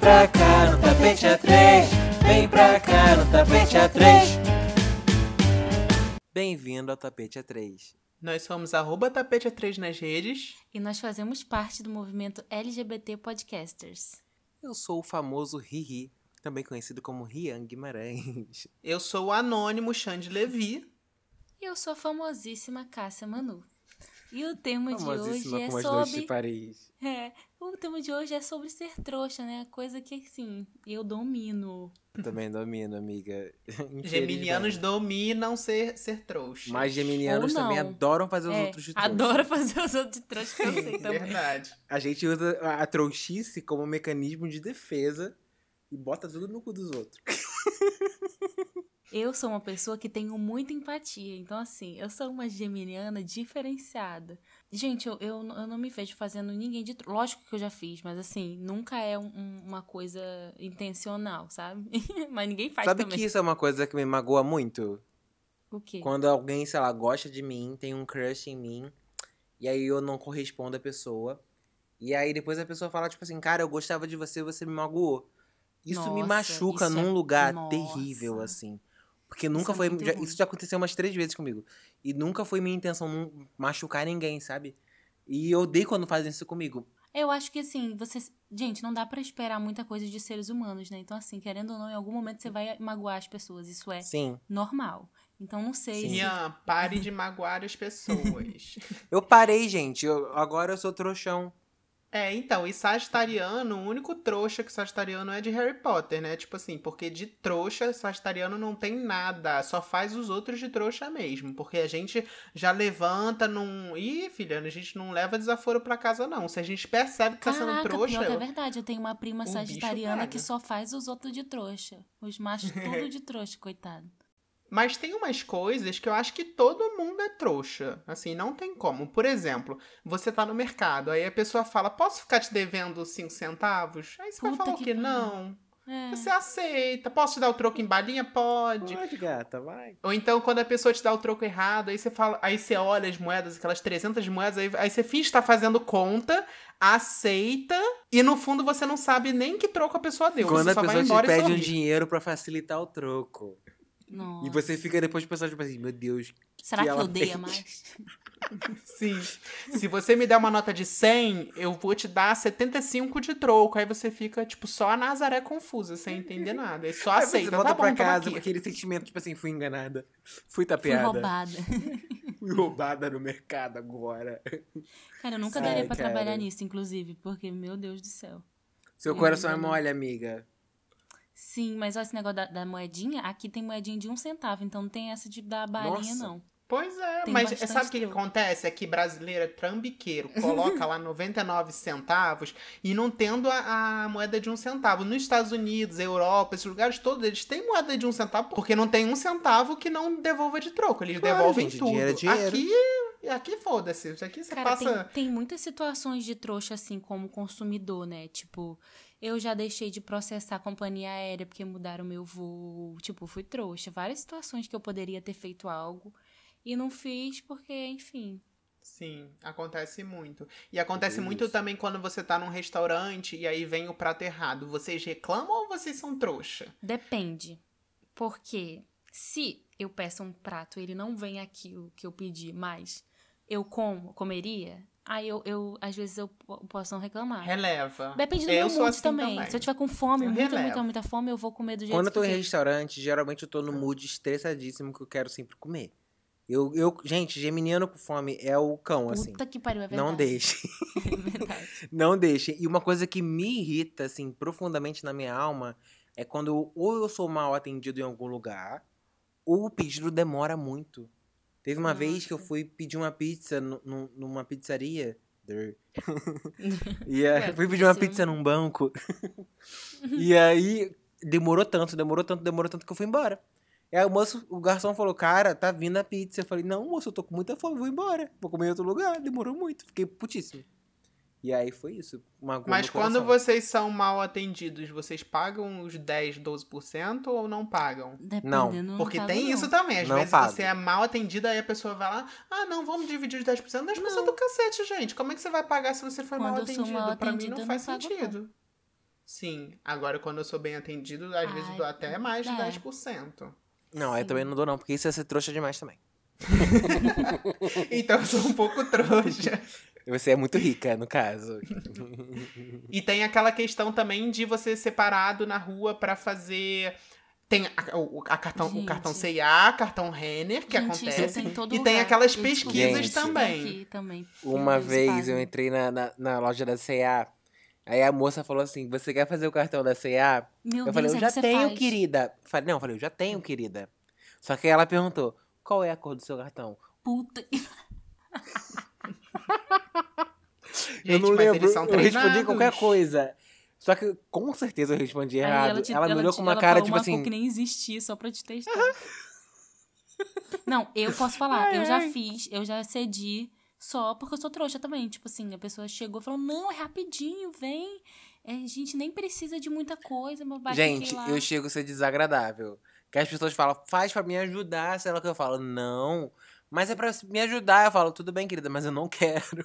pra cá no Tapete A3. Vem pra cá no Tapete A3. Bem-vindo ao Tapete A3. Nós somos @Tapete A3 nas redes. E nós fazemos parte do movimento LGBT Podcasters. Eu sou o famoso Riri, também conhecido como Rian Guimarães. Eu sou o anônimo Xande Levi. E eu sou a famosíssima Cássia Manu. E o tema de hoje é como as noites de sobre... Paris. O tema de hoje é sobre ser trouxa, né? Coisa que, assim, eu domino. Também domino, amiga. Geminianos dominam ser trouxa. Mas geminianos também adoram fazer os outros de trouxa. Adoram fazer os outros de trouxa, que eu sei também. Verdade. A gente usa a trouxice como mecanismo de defesa e bota tudo no cu dos outros. Eu sou uma pessoa que tenho muita empatia. Então, assim, eu sou uma geminiana diferenciada. Gente, eu não me vejo fazendo ninguém de trouxa. Lógico que eu já fiz, mas assim, nunca é uma coisa intencional, sabe? Mas ninguém faz Sabe também. que isso é uma coisa que me magoa muito? O quê? Quando alguém, sei lá, gosta de mim, tem um crush em mim, e aí eu não correspondo à pessoa. E aí depois a pessoa fala, tipo assim, cara, eu gostava de você, você me magoou. Isso me machuca num lugar terrível, assim. Porque nunca foi... Isso já aconteceu umas 3 vezes comigo. E nunca foi minha intenção machucar ninguém, sabe? E eu odeio quando fazem isso comigo. Eu acho que, assim, gente, não dá pra esperar muita coisa de seres humanos, né? Então, assim, querendo ou não, em algum momento você vai magoar as pessoas. Isso é normal. Então, não sei se... Pare de magoar as pessoas. Eu parei, gente. Agora eu sou trouxão. Então, e sagitariano, o único trouxa que sagitariano é de Harry Potter, né? Tipo assim, porque de trouxa, sagitariano não tem nada, só faz os outros de trouxa mesmo. Porque a gente já levanta num... Ih, filha, a gente não leva desaforo pra casa, não. Se a gente percebe que tá sendo trouxa... Pior que é verdade, eu tenho uma prima sagitariana que só faz os outros de trouxa. Os machos tudo de trouxa, coitado. Mas tem umas coisas que eu acho que todo mundo é trouxa. Assim, não tem como. Por exemplo, você tá no mercado, aí a pessoa fala, posso ficar te devendo 5 centavos? Aí você vai falar o quê? Não. Você aceita. Posso te dar o troco em balinha? Pode. Pode, gata, vai. Ou então, quando a pessoa te dá o troco errado, aí você fala, aí você olha as moedas, aquelas 300 moedas, aí você finge estar fazendo conta, aceita, e no fundo você não sabe nem que troco a pessoa deu. Quando você a só vai pessoa embora te e pede um sorri. dinheiro pra facilitar o troco. Nossa. E você fica depois pensando, tipo assim, meu Deus. Será que odeia mais? Sim. Se você me der uma nota de 100, eu vou te dar 75 de troco. Aí você fica, tipo, só a Nazaré confusa, sem entender nada. E só Aí aceita. você volta Tá pra bom, casa com aqui. aquele sentimento, tipo assim, fui enganada. Fui tapeada. Fui roubada. Fui roubada no mercado agora. Cara, eu nunca daria pra trabalhar nisso, inclusive. Porque, meu Deus do céu. Seu coração é mole, amiga. Sim, mas olha esse negócio da moedinha. Aqui tem moedinha de 1 centavo. Então não tem essa de dar balinha, não. Pois é, Tem mas bastante sabe o que acontece? É que brasileiro é trambiqueiro, coloca lá 99 centavos e não tendo a moeda de 1 centavo. Nos Estados Unidos, Europa, esses lugares todos, eles têm moeda de 1 centavo porque não tem 1 centavo que não devolva de troco. Eles devolvem gente, tudo. dinheiro é dinheiro. Aqui foda-se. Isso aqui você Cara, passa... tem muitas situações de trouxa, assim, como consumidor, né? Tipo, eu já deixei de processar a companhia aérea porque mudaram o meu voo. Tipo, fui trouxa. Várias situações que eu poderia ter feito algo e não fiz porque, enfim... Sim, acontece muito. E acontece muito também quando você tá num restaurante e aí vem o prato errado. Vocês reclamam ou vocês são trouxa? Depende. Porque se eu peço um prato e ele não vem aquilo que eu pedi, mas eu comeria, aí eu às vezes eu posso não reclamar. Releva. Depende do meu mood assim também. Se eu tiver com fome, muita fome, eu vou comer do jeito que Quando eu tô em for. restaurante, geralmente eu tô no mood estressadíssimo que eu quero sempre comer. Gente, geminiano com fome é o cão, assim. Puta que pariu, é verdade. Não deixe. É verdade. Não deixe. E uma coisa que me irrita, assim, profundamente na minha alma, é quando ou eu sou mal atendido em algum lugar, ou o pedido demora muito. Teve uma vez que eu fui pedir uma pizza numa pizzaria. Fui pedir uma pizza num banco. E aí, demorou tanto que eu fui embora. E aí o garçom falou, cara, tá vindo a pizza. Eu falei, não, moço, eu tô com muita fome, vou embora. Vou comer em outro lugar. Demorou muito, fiquei putíssimo. E aí foi isso. Mas quando vocês são mal atendidos, vocês pagam os 10, 12% ou não pagam? Dependendo, não. Porque tem isso também. Às vezes pago. você é mal atendida, aí a pessoa vai lá, não, vamos dividir os 10%. 10% do cacete, gente. Como é que você vai pagar se você for mal atendido? Pra mim não faz sentido. Sim. Agora, quando eu sou bem atendido, às vezes eu dou até mais de 10%. Não, eu também não dou não, porque isso ia ser trouxa demais também. Então eu sou um pouco trouxa. Você é muito rica, no caso. E tem aquela questão também de você ser parado na rua pra fazer... Tem o cartão C&A, cartão Renner, que acontece. E tem aquelas pesquisas também. Uma vez eu entrei na loja da C&A. Aí a moça falou assim, você quer fazer o cartão da C&A? Eu falei, eu já tenho, querida. Eu falei, eu já tenho, querida. Só que aí ela perguntou, qual é a cor do seu cartão? Puta. Eu não lembro, eu respondi qualquer coisa. Só que com certeza eu respondi errado. Ela me olhou com uma cara, tipo assim... Cor que nem existia, só pra te testar. Não, eu posso falar, eu já fiz, eu já cedi... Só porque eu sou trouxa também. Tipo assim, a pessoa chegou e falou, não, é rapidinho, vem. A gente nem precisa de muita coisa. Gente, eu chego a ser desagradável. Que as pessoas falam, faz pra me ajudar. Sei lá o que eu falo, não. Mas é pra me ajudar. Eu falo, tudo bem, querida, mas eu não quero.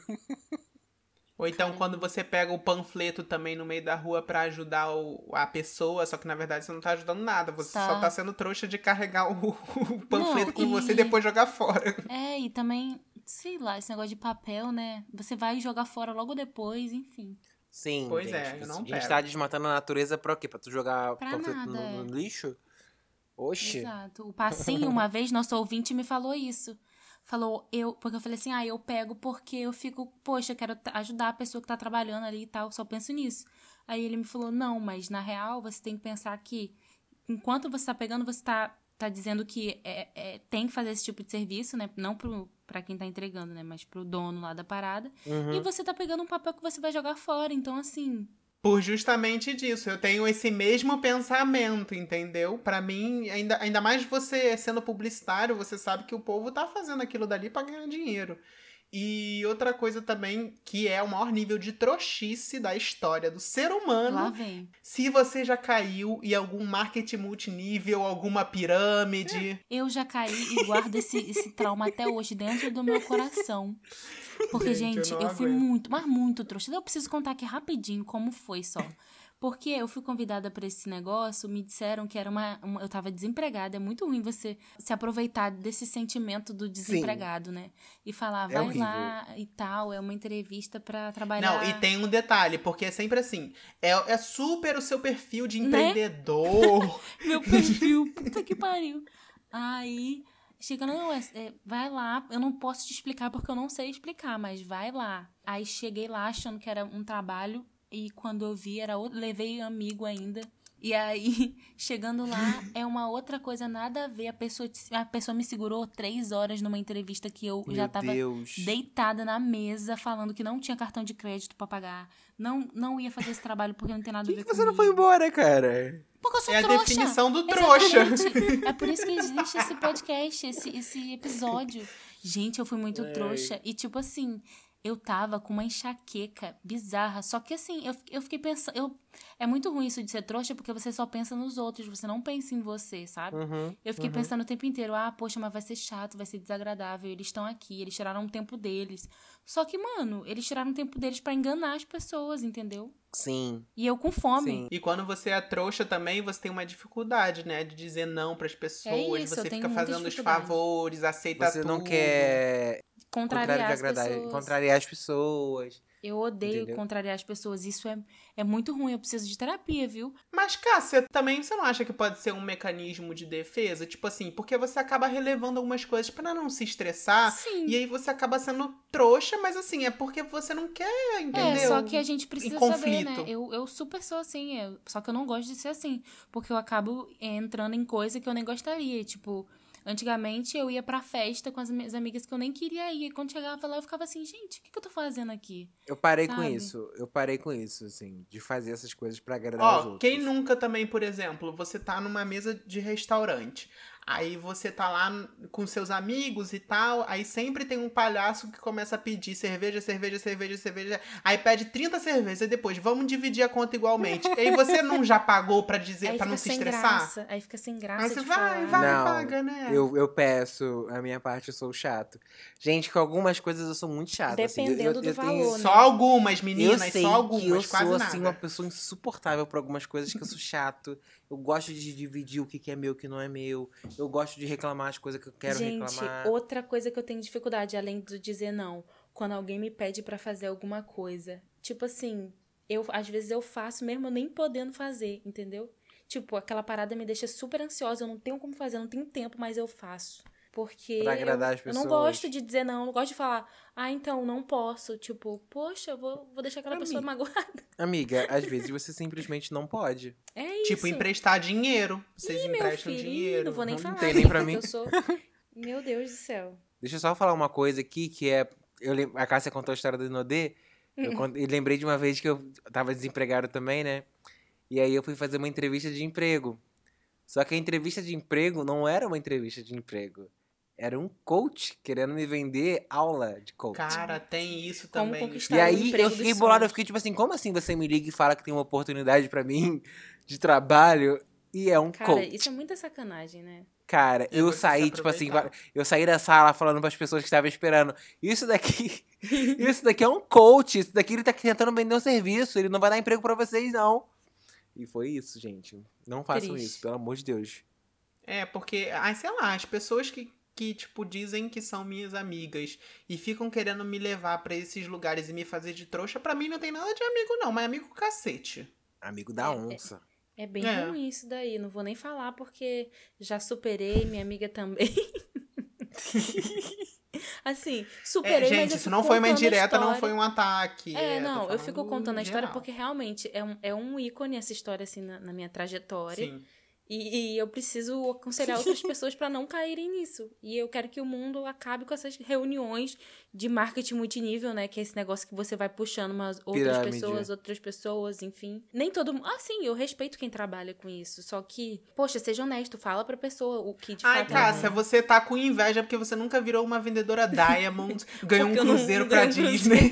Ou então quando você pega o panfleto também no meio da rua pra ajudar a pessoa, só que na verdade você não tá ajudando nada. Você só tá sendo trouxa de carregar o panfleto com você e depois jogar fora. E também... Sei lá, esse negócio de papel, né? Você vai jogar fora logo depois, enfim. Sim, pois gente, eu não a gente tá desmatando a natureza pra quê? Pra tu jogar panfleto no lixo? Oxi. Exato. O Passinho, uma vez, nosso ouvinte me falou isso. Falou, porque eu falei assim, eu pego porque eu fico, poxa, eu quero ajudar a pessoa que tá trabalhando ali e tal, só penso nisso. Aí ele me falou, não, mas na real você tem que pensar que enquanto você tá pegando, você tá dizendo que tem que fazer esse tipo de serviço, né? Não pra quem tá entregando, né? Mas pro dono lá da parada. Uhum. E você tá pegando um papel que você vai jogar fora. Então, assim... Por justamente disso. Eu tenho esse mesmo pensamento, entendeu? Pra mim, ainda mais você sendo publicitário, você sabe que o povo tá fazendo aquilo dali pra ganhar dinheiro. E outra coisa também, que é o maior nível de trouxice da história do ser humano. Lá vem. Se você já caiu em algum marketing multinível, alguma pirâmide. Eu já caí e guardo esse trauma até hoje dentro do meu coração. Porque, gente, eu fui muito, mas muito trouxa. Eu preciso contar aqui rapidinho como foi só. Porque eu fui convidada pra esse negócio, me disseram que era eu tava desempregada. É muito ruim você se aproveitar desse sentimento do desempregado, né? E falar, vai lá e tal, é uma entrevista pra trabalhar. Não, e tem um detalhe, porque é sempre assim, é super o seu perfil de empreendedor. Né? Meu perfil, puta que pariu. Aí... Chega, não, vai lá, eu não posso te explicar porque eu não sei explicar, mas vai lá. Aí cheguei lá achando que era um trabalho e quando eu vi era outro, levei amigo ainda. E aí, chegando lá, é uma outra coisa, nada a ver. A pessoa me segurou 3 horas numa entrevista que eu já tava deitada na mesa, falando que não tinha cartão de crédito pra pagar. Não ia fazer esse trabalho porque não tem nada a ver comigo. Por que você não foi embora, cara? Porque eu sou trouxa. É a definição do trouxa. É por isso que existe esse podcast, esse episódio. Gente, eu fui muito trouxa. E tipo assim... Eu tava com uma enxaqueca bizarra. Só que assim, eu fiquei pensando... É muito ruim isso de ser trouxa, porque você só pensa nos outros. Você não pensa em você, sabe? Eu fiquei pensando o tempo inteiro. Poxa, mas vai ser chato, vai ser desagradável. Eles estão aqui, eles tiraram o tempo deles. Só que, mano, eles tiraram o tempo deles pra enganar as pessoas, entendeu? Sim. E eu com fome. Sim. E quando você é trouxa também, você tem uma dificuldade, né? De dizer não pras pessoas. Isso, você fica fazendo os favores, aceita tudo. Você não quer... Contrariar as pessoas. Contrariar as pessoas. Eu odeio contrariar as pessoas. Isso é muito ruim. Eu preciso de terapia, viu? Mas, Cássia, também você não acha que pode ser um mecanismo de defesa? Tipo assim, porque você acaba relevando algumas coisas pra não se estressar. Sim. E aí você acaba sendo trouxa, mas assim, é porque você não quer, entendeu? Só que a gente precisa em conflito. saber, né? Eu super sou assim. Só que eu não gosto de ser assim. Porque eu acabo entrando em coisa que eu nem gostaria. Tipo... Antigamente eu ia pra festa com as minhas amigas que eu nem queria ir. E quando chegava lá eu ficava assim, gente, o que eu tô fazendo aqui? Eu parei com isso, assim, de fazer essas coisas pra agradar os outros. Quem nunca também, por exemplo, você tá numa mesa de restaurante. Aí você tá lá com seus amigos e tal, aí sempre tem um palhaço que começa a pedir cerveja, aí pede 30 cervejas, e depois, vamos dividir a conta igualmente. E aí você não já pagou pra dizer, pra não se estressar? Aí fica sem graça. Aí você de vai, falar. paga, né? Eu peço, a minha parte eu sou chato. Gente, com algumas coisas eu sou muito chato. Dependendo do valor, né? Só algumas, meninas, eu sei só algumas, que eu quase sou, nada. assim, uma pessoa insuportável por algumas coisas, que eu sou chato. Eu gosto de dividir o que é meu e o que não é meu. Eu gosto de reclamar as coisas que eu quero reclamar. Gente, outra coisa que eu tenho dificuldade, além de dizer não, quando alguém me pede pra fazer alguma coisa. Tipo assim, às vezes eu faço mesmo eu nem podendo fazer, entendeu? Tipo, aquela parada me deixa super ansiosa, eu não tenho como fazer, eu não tenho tempo, mas eu faço. Porque Pra agradar as eu pessoas. não gosto de dizer não, eu não gosto de falar, então, não posso. Tipo, poxa, eu vou deixar aquela pessoa magoada. Amiga, às vezes você simplesmente não pode. É isso. Tipo, emprestar dinheiro. Vocês emprestam meu filho, dinheiro. não vou nem falar. Não tem nem pra mim. Eu sou... Meu Deus do céu. Deixa eu só falar uma coisa aqui, que é... A Cássia contou a história do Inodê. Eu lembrei de uma vez que eu tava desempregado também, né? E aí eu fui fazer uma entrevista de emprego. Só que a entrevista de emprego não era uma entrevista de emprego. Era um coach querendo me vender aula de coach. Cara, tem isso Como também. conquistar E o aí emprego eu fiquei dos bolado, eu sonhos. fiquei tipo assim, como assim você me liga e fala que tem uma oportunidade pra mim de trabalho e é um Cara, coach? isso é muita sacanagem, né? Cara, eu você se saí, tipo assim, aproveitar. eu saí da sala falando pras pessoas que estavam esperando. Isso daqui é um coach, isso daqui ele tá tentando vender um serviço, ele não vai dar emprego pra vocês, não. E foi isso, gente. Não façam Triste. isso, pelo amor de Deus. É, porque, sei lá, as pessoas que, tipo, dizem que são minhas amigas e ficam querendo me levar pra esses lugares e me fazer de trouxa, pra mim não tem nada de amigo, não, mas amigo cacete. Amigo da onça. É bem É. ruim isso daí. Não vou nem falar porque já superei, minha amiga também. Assim, superei, mas Gente, eu isso fico não foi uma contando a indireta, não história. foi um ataque. Não, tô eu fico falando contando a história geral. porque realmente é um ícone essa história, assim, na minha trajetória. Sim. E eu preciso aconselhar outras pessoas pra não caírem nisso. E eu quero que o mundo acabe com essas reuniões de marketing multinível, né? Que é esse negócio que você vai puxando umas outras pessoas, enfim. Nem todo mundo... sim, eu respeito quem trabalha com isso. Só que, poxa, seja honesto, fala pra pessoa o que de Ai, fato Cássia, você tá com inveja porque você nunca virou uma vendedora Diamond, ganhou um Porque eu não cruzeiro pra ganho um Disney.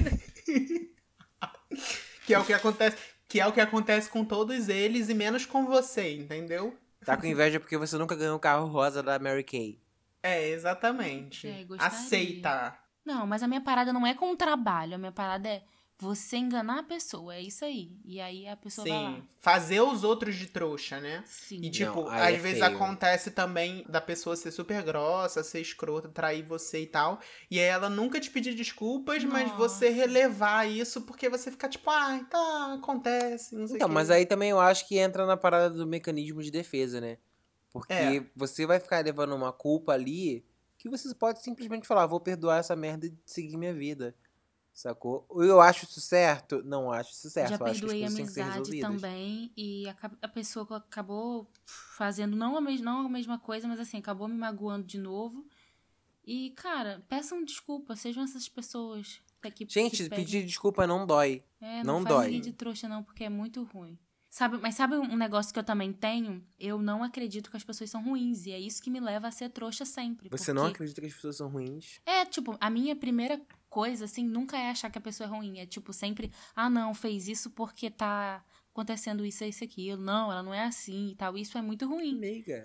Que é o que acontece. Que é o que acontece com todos eles e menos com você, entendeu? Tá com inveja porque você nunca ganhou o carro rosa da Mary Kay. Exatamente. gostaria. Aceita. Não, mas a minha parada não é com o trabalho. A minha parada é você enganar a pessoa. É isso aí. E aí a pessoa vai lá. Sim. Fazer os outros de trouxa, né? Sim. E, tipo, Não, aí às é vezes feio. acontece também da pessoa ser super grossa, ser escrota, trair você e tal. E aí ela nunca te pedir desculpas, mas você relevar isso porque você fica tipo, tá, acontece, não sei o Então, quê. mas aí também eu acho que entra na parada do mecanismo de defesa, né? Porque você vai ficar levando uma culpa ali que você pode simplesmente falar, vou perdoar essa merda e seguir minha vida. Sacou? Eu acho isso certo? Não acho isso certo. Já Eu acho que as perdoei coisas têm que ser amizade resolvidas. também. E a pessoa acabou fazendo não a mesma coisa, mas assim, acabou me magoando de novo. E, cara, peçam desculpa, sejam essas pessoas que Gente, pedem. pedir desculpa não dói. Não faz dói. ninguém de trouxa, não, porque é muito ruim. Mas sabe um negócio que eu também tenho? Eu não acredito que as pessoas são ruins. E é isso que me leva a ser trouxa sempre. Você não acredita que as pessoas são ruins? Tipo, a minha primeira coisa, assim, nunca é achar que a pessoa é ruim. É tipo, sempre, não, fez isso porque tá acontecendo isso, aquilo. Não, ela não é assim e tal. Isso é muito ruim.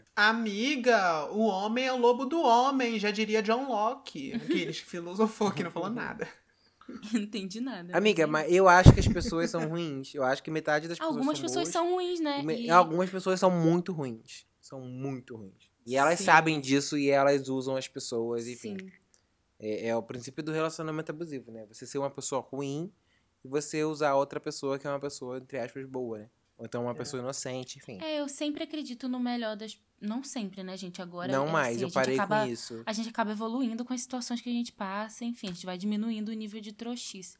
Amiga, o homem é o lobo do homem, já diria John Locke. Aqueles que filosofou que não falou nada. Não entendi nada. Amiga, mas eu acho que as pessoas são ruins. Eu acho que metade das pessoas Algumas são pessoas boas. são ruins, né? Algumas pessoas são muito ruins. São muito ruins. E elas sabem disso e elas usam as pessoas, enfim. Sim. É o princípio do relacionamento abusivo, né? Você ser uma pessoa ruim e você usar outra pessoa que é uma pessoa, entre aspas, boa, né? Ou então uma pessoa inocente, enfim. Eu sempre acredito no melhor das... Não sempre, né, gente? Agora... Não mais, assim, eu parei com isso. A gente acaba evoluindo com as situações que a gente passa, enfim, a gente vai diminuindo o nível de trouxice.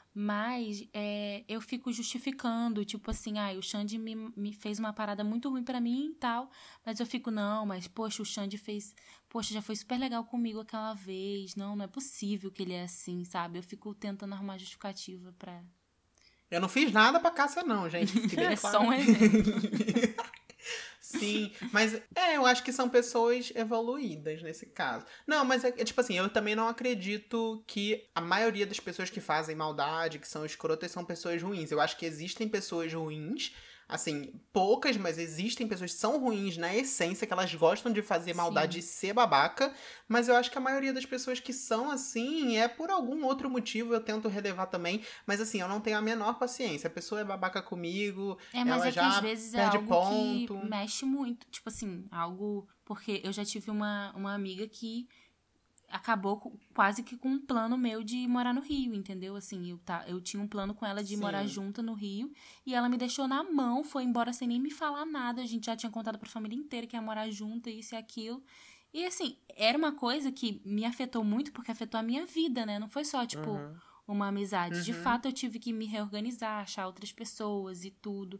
Mas eu fico justificando, tipo assim, o Xande me fez uma parada muito ruim pra mim e tal, mas eu fico, não, mas poxa, o Xande já foi super legal comigo aquela vez, não é possível que ele é assim, sabe? Eu fico tentando arrumar justificativa pra... Eu não fiz nada pra Cássia, não, gente. Fique bem É claro. só um exemplo. Sim, mas eu acho que são pessoas evoluídas nesse caso. Não, mas é tipo assim, eu também não acredito que a maioria das pessoas que fazem maldade, que são escrotas, são pessoas ruins. Eu acho que existem pessoas ruins, assim, poucas, mas existem pessoas que são ruins na essência, que elas gostam de fazer maldade e ser babaca, mas eu acho que a maioria das pessoas que são assim é por algum outro motivo, eu tento relevar também, mas assim, eu não tenho a menor paciência. A pessoa é babaca comigo, Mas ela é que já às vezes é perde algo que ponto. mexe muito. Tipo assim, algo. Porque eu já tive uma amiga que acabou quase que com um plano meu de morar no Rio, entendeu? Assim, eu tinha um plano com ela de morar junta no Rio e ela me deixou na mão, foi embora sem nem me falar nada. A gente já tinha contado pra família inteira que ia morar junta, isso e aquilo. E assim, era uma coisa que me afetou muito porque afetou a minha vida, né? Não foi só, tipo, uma amizade. De fato, eu tive que me reorganizar, achar outras pessoas e tudo.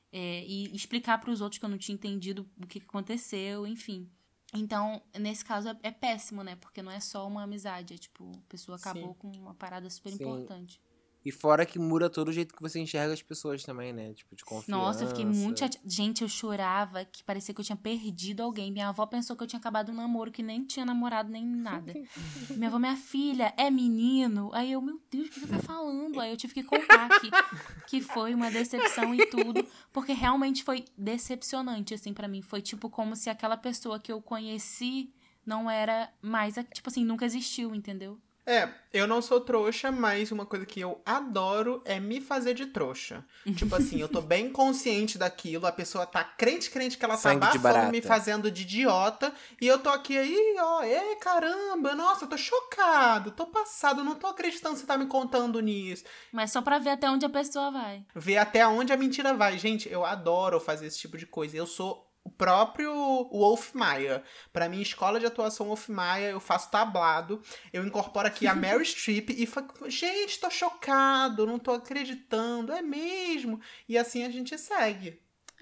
E explicar pros outros que eu não tinha entendido o que aconteceu, enfim. Então, nesse caso, é péssimo, né? Porque não é só uma amizade. É tipo, a pessoa acabou com uma parada super importante. E fora que muda todo o jeito que você enxerga as pessoas também, né? Tipo, de confiança. Nossa, eu fiquei muito chateada. Gente, eu chorava que parecia que eu tinha perdido alguém. Minha avó pensou que eu tinha acabado um namoro, que nem tinha namorado, nem nada. Minha avó, minha filha, é menino? Aí eu, meu Deus, o que você tá falando? Aí eu tive que contar que foi uma decepção e tudo. Porque realmente foi decepcionante, assim, pra mim. Foi tipo como se aquela pessoa que eu conheci não era mais... Tipo assim, nunca existiu, entendeu? Eu não sou trouxa, mas uma coisa que eu adoro é me fazer de trouxa. Tipo assim, eu tô bem consciente daquilo, a pessoa tá crente que ela Sangue tá de abafando, barata. me fazendo de idiota, e eu tô aqui aí, ó, caramba, nossa, eu tô chocado, tô passado, não tô acreditando que você tá me contando nisso. Mas só pra ver até onde a pessoa vai. Ver até onde a mentira vai. Gente, eu adoro fazer esse tipo de coisa. Eu sou o próprio Wolf Maia. Pra mim, escola de atuação Wolf Maia, eu faço tablado, eu incorporo aqui a Meryl Streep e falo, gente, tô chocado, não tô acreditando, é mesmo? E assim a gente segue.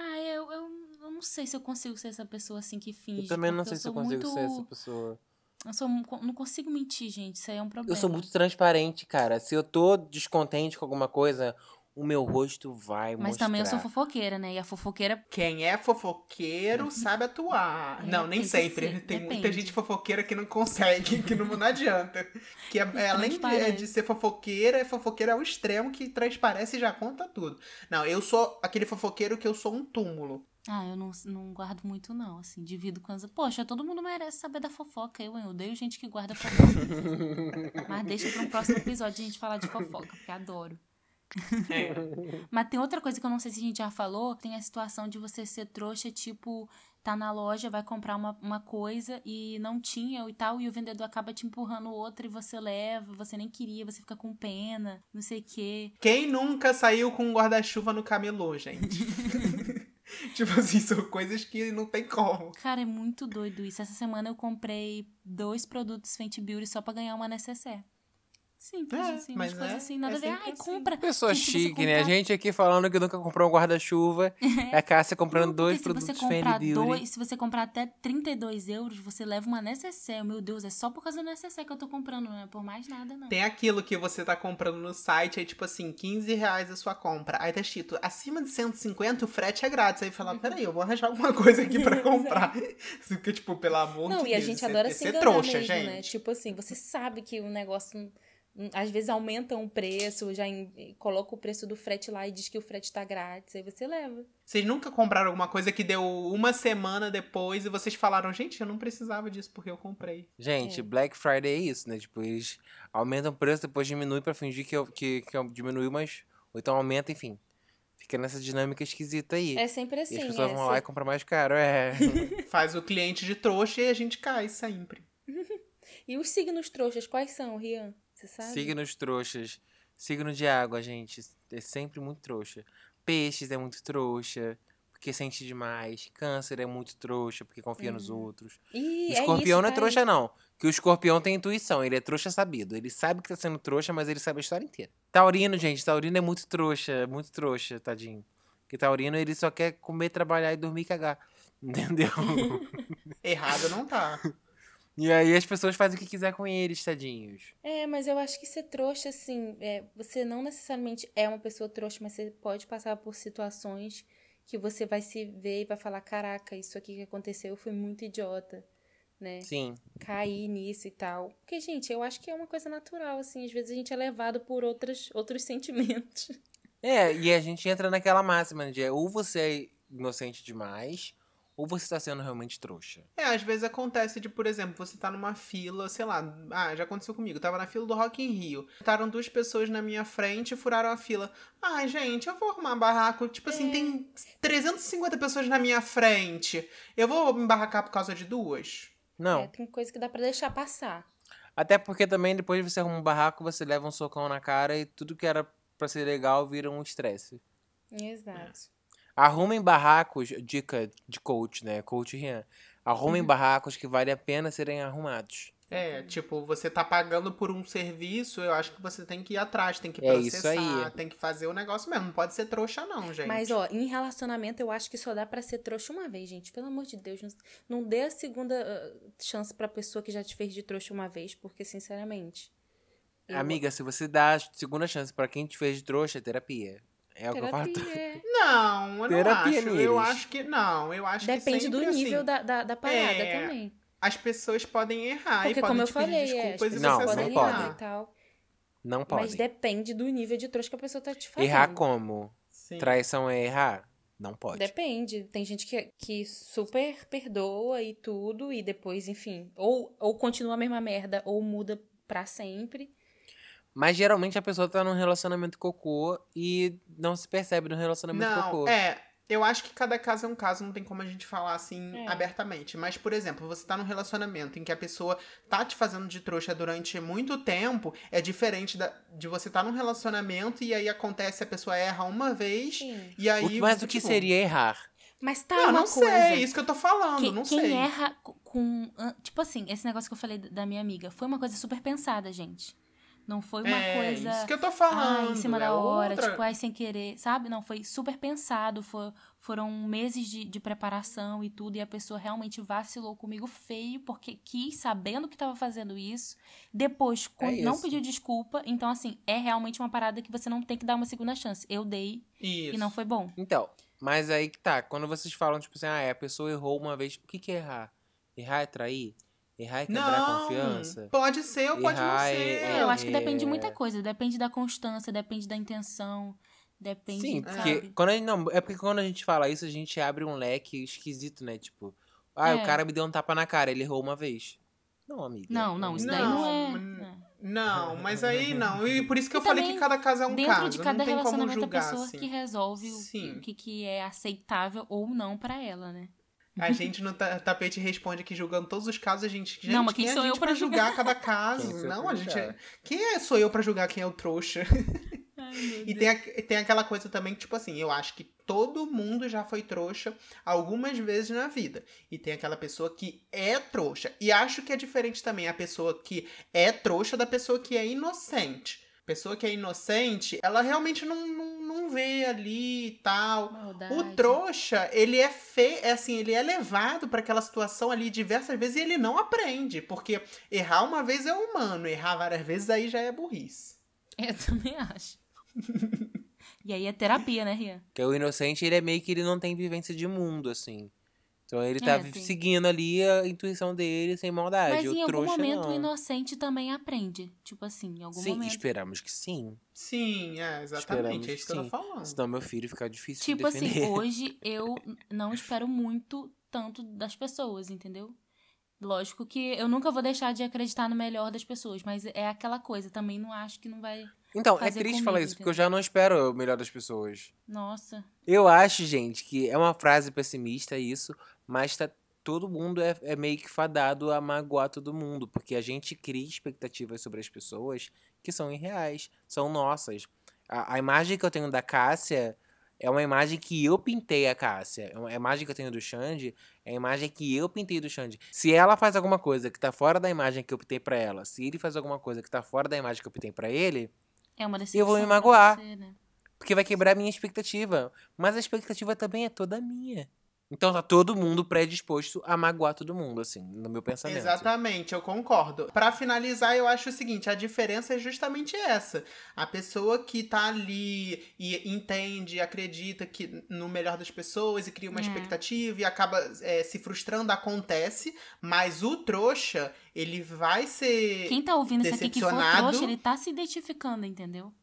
Eu não sei se eu consigo ser essa pessoa assim que finge. Eu também não porque sei se eu consigo ser essa pessoa. Não consigo mentir, gente. Isso aí é um problema. Eu sou muito transparente, cara. Se eu tô descontente com alguma coisa, o meu rosto vai Mas mostrar. também eu sou fofoqueira, né? E a fofoqueira... Quem é fofoqueiro sabe atuar. Não, nem sempre. ser, Tem muita depende. gente fofoqueira que não consegue, que não adianta. Que além de ser fofoqueira, é fofoqueira ao extremo que transparece e já conta tudo. Não, eu sou aquele fofoqueiro que eu sou um túmulo. Eu não guardo muito, não, assim, divido com as... Poxa, todo mundo merece saber da fofoca, eu odeio gente que guarda fofoca. Mas deixa pra um próximo episódio a gente falar de fofoca, porque adoro. Mas tem outra coisa que eu não sei se a gente já falou, tem a situação de você ser trouxa, tipo, tá na loja, vai comprar uma coisa e não tinha e tal, e o vendedor acaba te empurrando outra e você leva, você nem queria, você fica com pena, não sei o quê. Quem nunca saiu com um guarda-chuva no camelô, gente? Tipo assim, são coisas que não tem como. Cara, é muito doido isso. Essa semana eu comprei 2 produtos Fenty Beauty só pra ganhar uma necessaire. Simples, assim, umas coisas assim, nada a ver. Ai, assim. compra. Pessoa Gente, se você chique, né? A comprar- gente aqui falando que nunca comprou um guarda-chuva. É a Cássia comprando Não, 2 porque se você produtos comprar Fenty Beauty. se você comprar até 32 euros, você leva uma necessaire. Meu Deus, é só por causa da necessaire que eu tô comprando, não é por mais nada, não. Tem aquilo que você tá comprando no site, aí tipo assim, R$15 a sua compra. Aí tá escrito, acima de 150 o frete é grátis. Aí fala, peraí, eu vou arranjar alguma coisa aqui pra comprar. Fica tipo, pelo amor de Deus. Não, e a gente adora se ser enganar trouxa, mesmo, gente. né? Tipo assim, você sabe que o negócio... Às vezes aumenta um preço, já coloca o preço do frete lá e diz que o frete tá grátis, aí você leva. Vocês nunca compraram alguma coisa que deu uma semana depois e vocês falaram, gente, eu não precisava disso porque eu comprei. Gente, Black Friday é isso, né? Tipo, eles aumentam o preço, depois diminui pra fingir que diminuiu, mas... Ou então aumenta, enfim. Fica nessa dinâmica esquisita aí. É sempre assim, E as pessoas vão lá e compram mais caro, Faz o cliente de trouxa e a gente cai sempre. E os signos trouxas, quais são, Rian? Você sabe? Signos trouxas. Signo de água, gente. É sempre muito trouxa. Peixes é muito trouxa, porque sente demais. Câncer é muito trouxa, porque confia nos outros. Ih, O é escorpião isso, não é tá trouxa, aí. não. Que o escorpião tem intuição. Ele é trouxa sabido. Ele sabe que tá sendo trouxa, mas ele sabe a história inteira. Taurino, gente. Taurino é muito trouxa, tadinho. Porque taurino, ele só quer comer, trabalhar e dormir e cagar. Entendeu? Errado não tá. E aí as pessoas fazem o que quiser com eles, tadinhos. Mas eu acho que ser trouxa, assim, você não necessariamente é uma pessoa trouxa, mas você pode passar por situações que você vai se ver e vai falar, caraca, isso aqui que aconteceu foi muito idiota, né? Sim. Cair nisso e tal. Porque, gente, eu acho que é uma coisa natural, assim. Às vezes a gente é levado por outros sentimentos. E a gente entra naquela máxima de ou você é inocente demais, ou você tá sendo realmente trouxa. Às vezes acontece de, por exemplo, você tá numa fila, sei lá, já aconteceu comigo, eu tava na fila do Rock in Rio. Estaram 2 pessoas na minha frente e furaram a fila. Ai, gente, eu vou arrumar barraco. Tipo assim, tem 350 pessoas na minha frente. Eu vou me barracar por causa de 2? Não. Tem coisa que dá pra deixar passar. Até porque também depois você arruma um barraco, você leva um socão na cara e tudo que era pra ser legal vira um estresse. Exato. Arrumem barracos, dica de coach, né? Coach Rian. Arrumem barracos que vale a pena serem arrumados. Tipo, você tá pagando por um serviço, eu acho que você tem que ir atrás, tem que É isso processar, aí. tem que fazer o negócio mesmo. Não pode ser trouxa, não, gente. Mas, ó, em relacionamento eu acho que só dá pra ser trouxa uma vez, gente. Pelo amor de Deus, não dê a segunda chance pra pessoa que já te fez de trouxa uma vez, porque, sinceramente... Amiga, se você dá a segunda chance pra quem te fez de trouxa, é terapia. É o que eu falo. Não, eu Terapia não acho. Eu acho que não. Eu acho Depende que sempre do nível assim, da parada também. as pessoas podem errar Porque, e podem como eu te pedir falei, as desculpas e pessoas Não, você não podem aceitar. errar podem. e tal. Não pode. Mas depende do nível de trouxa que a pessoa tá te fazendo. Errar como? Sim. Traição é errar? Não pode. Depende. Tem gente que super perdoa e tudo, e depois, enfim, ou continua a mesma merda, ou muda pra sempre. Mas geralmente a pessoa tá num relacionamento cocô e não se percebe no relacionamento cocô. Eu acho que cada caso é um caso, não tem como a gente falar assim É. abertamente. Mas, por exemplo, você tá num relacionamento em que a pessoa tá te fazendo de trouxa durante muito tempo, é diferente de você tá num relacionamento e aí acontece, a pessoa erra uma vez, Sim. e aí... Mas o que tipo, seria errar? Mas tá Não, uma não coisa. sei, é isso que eu tô falando, Quem não sei. Quem erra com... Tipo assim, esse negócio que eu falei da minha amiga, foi uma coisa super pensada, gente. Não foi uma coisa... isso que eu tô falando. Em cima da é hora, outra... tipo, sem querer, sabe? Não, foi super pensado, foram meses de preparação e tudo, e a pessoa realmente vacilou comigo feio, porque quis, sabendo que tava fazendo isso, depois não isso. pediu desculpa, então, assim, é realmente uma parada que você não tem que dar uma segunda chance. Eu dei Isso. e não foi bom. Então, mas aí que tá. Quando vocês falam, tipo assim, a pessoa errou uma vez. O que é errar? Errar é trair? Errar é quebrar a confiança? Pode ser ou pode não Errar ser. Eu acho que depende de muita coisa. Depende da constância, depende da intenção, depende, Sim, sabe? porque quando a gente fala isso, a gente abre um leque esquisito, né? Tipo, o cara me deu um tapa na cara, ele errou uma vez. Não, amiga. Não, isso daí não é... Não, mas aí não. E por isso que eu também, falei que cada caso é um dentro caso. de cada não tem como relacionamento, julgar, a pessoa assim. que resolve Sim. o que é aceitável ou não pra ela, né? A gente no tapete responde aqui julgando todos os casos, a gente... Não, mas quem quem é sou a eu gente pra pra julgar julgar? cada caso? Quem sou eu Não, pra a gente... julgar? Quem sou eu pra julgar quem é o trouxa? Ai, meu E Deus. tem aquela coisa também que, tipo assim, eu acho que todo mundo já foi trouxa algumas vezes na vida. E tem aquela pessoa que é trouxa. E acho que é diferente também a pessoa que é trouxa da pessoa que é inocente. Pessoa que é inocente, ela realmente não vê ali e tal. Maldade. O trouxa, ele é assim, ele é levado pra aquela situação ali diversas vezes e ele não aprende. Porque errar uma vez é humano, errar várias vezes aí já é burrice. Eu também acho. E aí é terapia, né, Rian? Porque o inocente, ele é meio que ele não tem vivência de mundo, assim. Então ele tá Sim. seguindo ali a intuição dele sem maldade. Mas o em algum trouxa, momento não. o inocente também aprende. Tipo assim, em algum Sim, momento. esperamos que sim. Sim, exatamente. Esperamos É isso que eu tô sim. falando. Senão meu filho fica difícil Tipo de assim, defender. hoje eu não espero muito tanto das pessoas, entendeu? Lógico que eu nunca vou deixar de acreditar no melhor das pessoas, mas é aquela coisa, também não acho que não vai Então, é fazer triste comigo, falar isso, porque eu entendeu? já não espero o melhor das pessoas. Nossa. Eu acho, gente, que é uma frase pessimista isso, mas todo mundo é meio que fadado a magoar todo mundo, porque a gente cria expectativas sobre as pessoas que são irreais, são nossas. A imagem que eu tenho da Cássia é uma imagem que eu pintei a Cássia. A imagem que eu tenho do Xande é a imagem que eu pintei do Xande. Se ela faz alguma coisa que tá fora da imagem que eu pintei pra ela, se ele faz alguma coisa que tá fora da imagem que eu pintei pra ele, É uma decepção eu vou me pra magoar. você, né? porque vai quebrar a minha expectativa. Mas a expectativa também é toda minha. Então tá todo mundo predisposto a magoar todo mundo, assim, no meu pensamento. Exatamente, eu concordo. Pra finalizar, eu acho o seguinte, a diferença é justamente essa. A pessoa que tá ali e entende, acredita que no melhor das pessoas e cria uma expectativa e acaba se frustrando, acontece, mas o trouxa, ele vai ser Quem tá ouvindo isso aqui que for decepcionado. trouxa, ele tá se identificando, entendeu?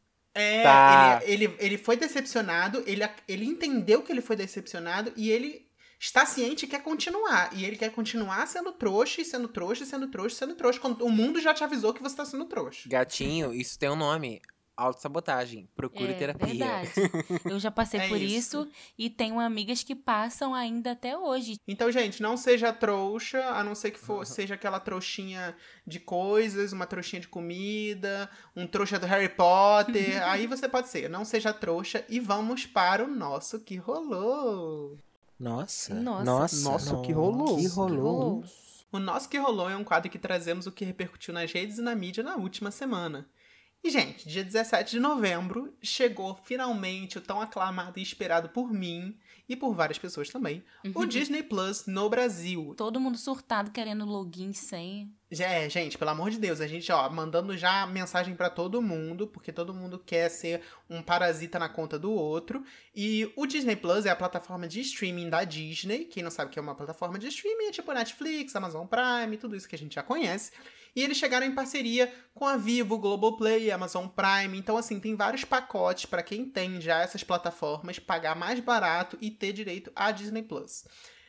Tá. Ele foi decepcionado, ele entendeu que ele foi decepcionado e ele está ciente e quer continuar. E ele quer continuar sendo trouxa, e sendo trouxa, e sendo trouxa, e sendo trouxa. Quando o mundo já te avisou que você tá sendo trouxa. Gatinho, isso tem um nome. Autossabotagem. Procure terapia. Verdade. Eu já passei por isso e tenho amigas que passam ainda até hoje. Então, gente, não seja trouxa, a não ser que seja aquela trouxinha de coisas, uma trouxinha de comida, um trouxa do Harry Potter. Aí você pode ser. Não seja trouxa e vamos para o nosso Que Rolou. Nossa, que rolou. Que rolou. O nosso Que Rolou é um quadro que trazemos o que repercutiu nas redes e na mídia na última semana. E, gente, dia 17 de novembro chegou finalmente o tão aclamado e esperado por mim e por várias pessoas também, o Disney Plus no Brasil. Todo mundo surtado querendo login, senha. Gente, pelo amor de Deus, a gente, mandando já mensagem pra todo mundo, porque todo mundo quer ser um parasita na conta do outro. E o Disney Plus é a plataforma de streaming da Disney. Quem não sabe o que é uma plataforma de streaming, é tipo Netflix, Amazon Prime, tudo isso que a gente já conhece. E eles chegaram em parceria com a Vivo, Globoplay, Amazon Prime. Então, assim, tem vários pacotes pra quem tem já essas plataformas, pagar mais barato e ter direito a Disney Plus.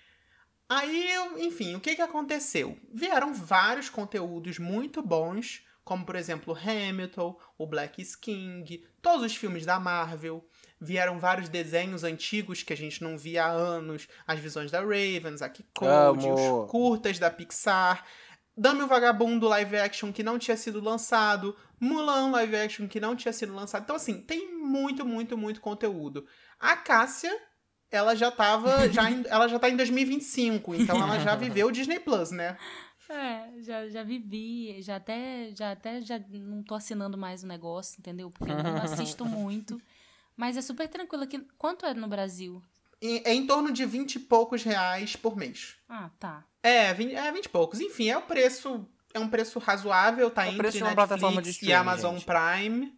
Aí, enfim, o que aconteceu? Vieram vários conteúdos muito bons, como, por exemplo, Hamilton, o Black King, todos os filmes da Marvel. Vieram vários desenhos antigos que a gente não via há anos, as visões da Raven, Zack Code, os curtas da Pixar, Dame o Vagabundo live action que não tinha sido lançado, Mulan live action que não tinha sido lançado. Então, assim, tem muito, muito, muito conteúdo. A Cássia, ela já tá em 2025, então ela já viveu o Disney Plus, né? Já vivi, já não tô assinando mais o negócio, entendeu? Porque eu não assisto muito. Mas é super tranquilo aqui. Quanto é no Brasil? É em torno de 20 e poucos reais por mês. Ah, tá. 20 e poucos. Enfim, é um preço razoável, tá entre Netflix e Amazon Prime.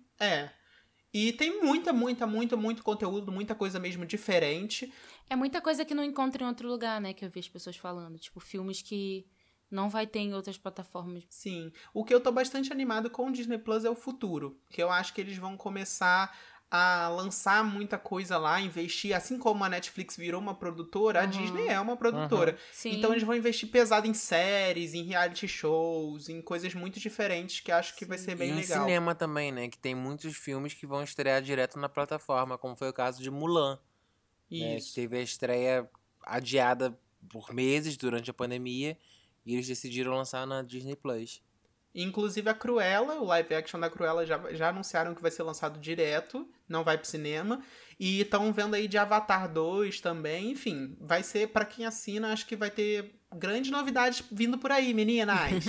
E tem muito conteúdo, muita coisa mesmo diferente. É muita coisa que não encontra em outro lugar, né? Que eu vi as pessoas falando. Tipo, filmes que não vai ter em outras plataformas. Sim. O que eu tô bastante animado com o Disney Plus é o futuro. Que eu acho que eles vão começar a lançar muita coisa lá, investir, assim como a Netflix virou uma produtora, a Disney é uma produtora. Então eles vão investir pesado em séries, em reality shows, em coisas muito diferentes que acho que vai ser bem legal. E em cinema também, né? Que tem muitos filmes que vão estrear direto na plataforma, como foi o caso de Mulan. Isso. Né, que teve a estreia adiada por meses durante a pandemia e eles decidiram lançar na Disney Plus. Inclusive a Cruella, o live action da Cruella já anunciaram que vai ser lançado direto, não vai pro cinema. E estão vendo aí de Avatar 2 também, enfim. Vai ser, pra quem assina, acho que vai ter grandes novidades vindo por aí, meninas.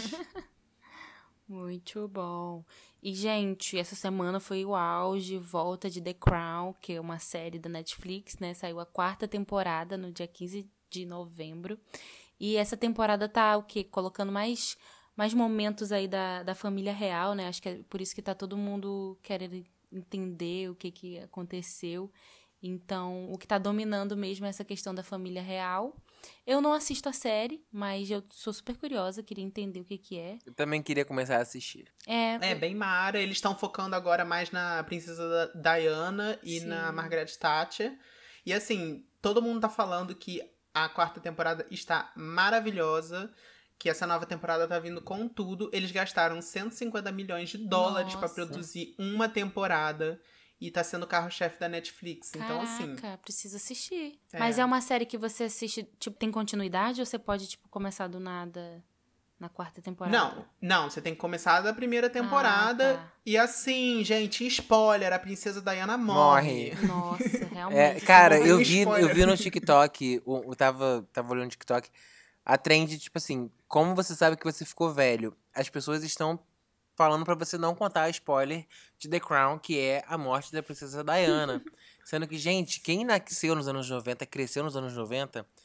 Muito bom. E, gente, essa semana foi o auge, volta de The Crown, que é uma série da Netflix, né? Saiu a 4ª temporada no dia 15 de novembro. E essa temporada tá, colocando mais momentos aí da família real, né? Acho que é por isso que tá todo mundo querendo entender o que aconteceu. Então, o que tá dominando mesmo é essa questão da família real. Eu não assisto a série, mas eu sou super curiosa, queria entender o que é. Eu também queria começar a assistir. É bem mara. Eles estão focando agora mais na princesa Diana e na Margaret Thatcher. E assim, todo mundo tá falando que a 4ª temporada está maravilhosa, que essa nova temporada tá vindo com tudo. Eles gastaram 150 milhões de dólares pra produzir uma temporada. E tá sendo o carro-chefe da Netflix. Então, assim... Caraca, preciso assistir. Mas é uma série que você assiste, tipo, tem continuidade? Ou você pode, tipo, começar do nada na 4ª temporada? Não. Você tem que começar da primeira temporada. Tá. E assim, gente, spoiler, a princesa Diana morre. Nossa, realmente. Cara, eu vi no TikTok, eu tava olhando no TikTok, a trend, tipo assim, como você sabe que você ficou velho? As pessoas estão falando pra você não contar spoiler de The Crown, que é a morte da princesa Diana. Sendo que, gente, quem nasceu nos anos 90, cresceu nos anos 90,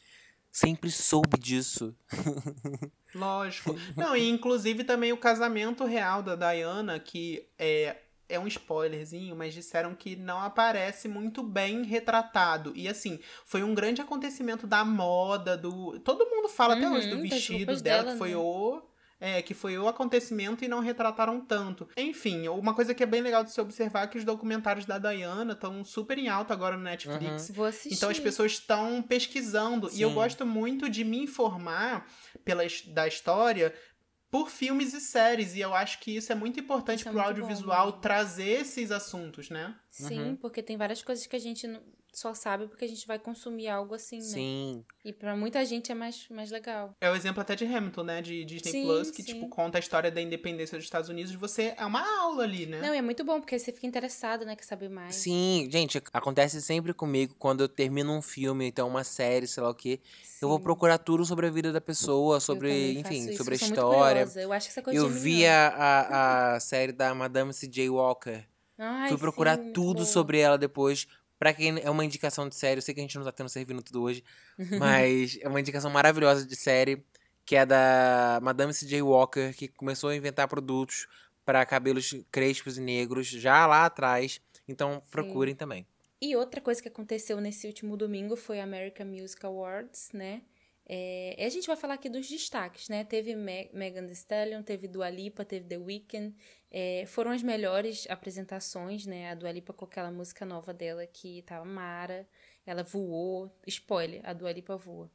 sempre soube disso. Lógico. Não, e inclusive também o casamento real da Diana, que é um spoilerzinho, mas disseram que não aparece muito bem retratado. E assim, foi um grande acontecimento da moda, do. Todo mundo fala até hoje do vestido dela, que foi né? Que foi o acontecimento e não retrataram tanto. Enfim, uma coisa que é bem legal de se observar é que os documentários da Diana estão super em alta agora no Netflix. Vou assistir. Então as pessoas estão pesquisando. Sim. E eu gosto muito de me informar da história por filmes e séries. E eu acho que isso é muito importante pro audiovisual trazer esses assuntos, né? Sim, porque tem várias coisas que a gente só sabe porque a gente vai consumir algo assim, né? Sim. E pra muita gente é mais legal. É o exemplo até de Hamilton, né? De Disney Plus, que, tipo, conta a história da independência dos Estados Unidos. Você é uma aula ali, né? Não, é muito bom, porque você fica interessado, né? Quer saber mais. Sim, gente, acontece sempre comigo quando eu termino um filme, então uma série, sei lá o quê. Sim. Eu vou procurar tudo sobre a vida da pessoa, sobre, enfim, sobre a história. Eu acho que essa coisa eu vi a série da Madame C.J. Walker. Ai, Fui procurar sim, tudo sobre ela depois. Pra quem é uma indicação de série, eu sei que a gente não tá tendo servindo tudo hoje, mas é uma indicação maravilhosa de série, que é da Madame C.J. Walker, que começou a inventar produtos para cabelos crespos e negros já lá atrás. Então procurem também. E outra coisa que aconteceu nesse último domingo foi a American Music Awards, né? A gente vai falar aqui dos destaques, né? Teve Megan Thee Stallion, teve Dua Lipa, teve The Weeknd. Foram as melhores apresentações, né? A Dua Lipa com aquela música nova dela que tava mara. Ela voou. Spoiler, a Dua Lipa voa.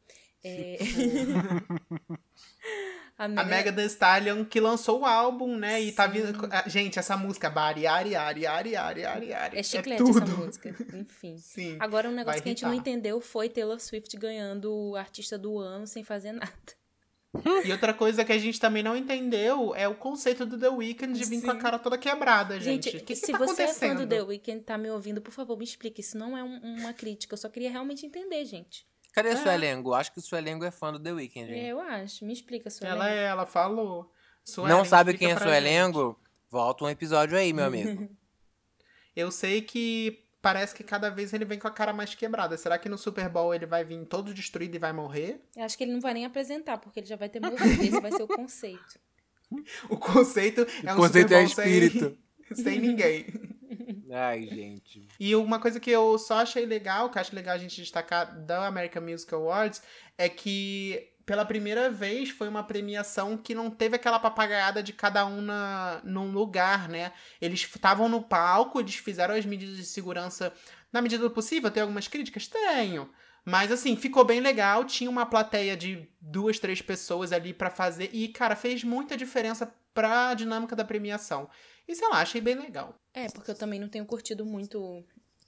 A Megan Thee Stallion que lançou o álbum, né? E tá vindo... Gente, essa música, Bari, Ari. É chiclete essa música, enfim. Sim, agora, um negócio que a gente não entendeu foi Taylor Swift ganhando o artista do ano sem fazer nada. E outra coisa que a gente também não entendeu é o conceito do The Weeknd de vir com a cara toda quebrada, gente. O que se tá você acontecendo? é fã do The Weeknd e tá me ouvindo, por favor, me explique. Isso não é uma crítica, eu só queria realmente entender, gente. Cadê a Suelengo? Acho que o Suelengo é fã do The Weeknd, gente. Eu acho. Me explica, Suelengo. Ela falou. Não sabe quem é Suelengo? Volta um episódio aí, meu amigo. Eu sei que parece que cada vez ele vem com a cara mais quebrada. Será que no Super Bowl ele vai vir todo destruído e vai morrer? Eu acho que ele não vai nem apresentar, porque ele já vai ter morrido. Esse vai ser o conceito. O conceito é um Super Bowl espírito. Sem ninguém. Ai, gente. E uma coisa que eu só achei legal, que eu acho legal a gente destacar da American Music Awards, é que pela primeira vez foi uma premiação que não teve aquela papagaiada de cada um num lugar, né? Eles estavam no palco, eles fizeram as medidas de segurança na medida do possível. Tem algumas críticas? Tenho. Mas, assim, ficou bem legal. Tinha uma plateia de 2, 3 pessoas ali pra fazer. E, cara, fez muita diferença pra dinâmica da premiação. E, sei lá, achei bem legal. Porque eu também não tenho curtido muito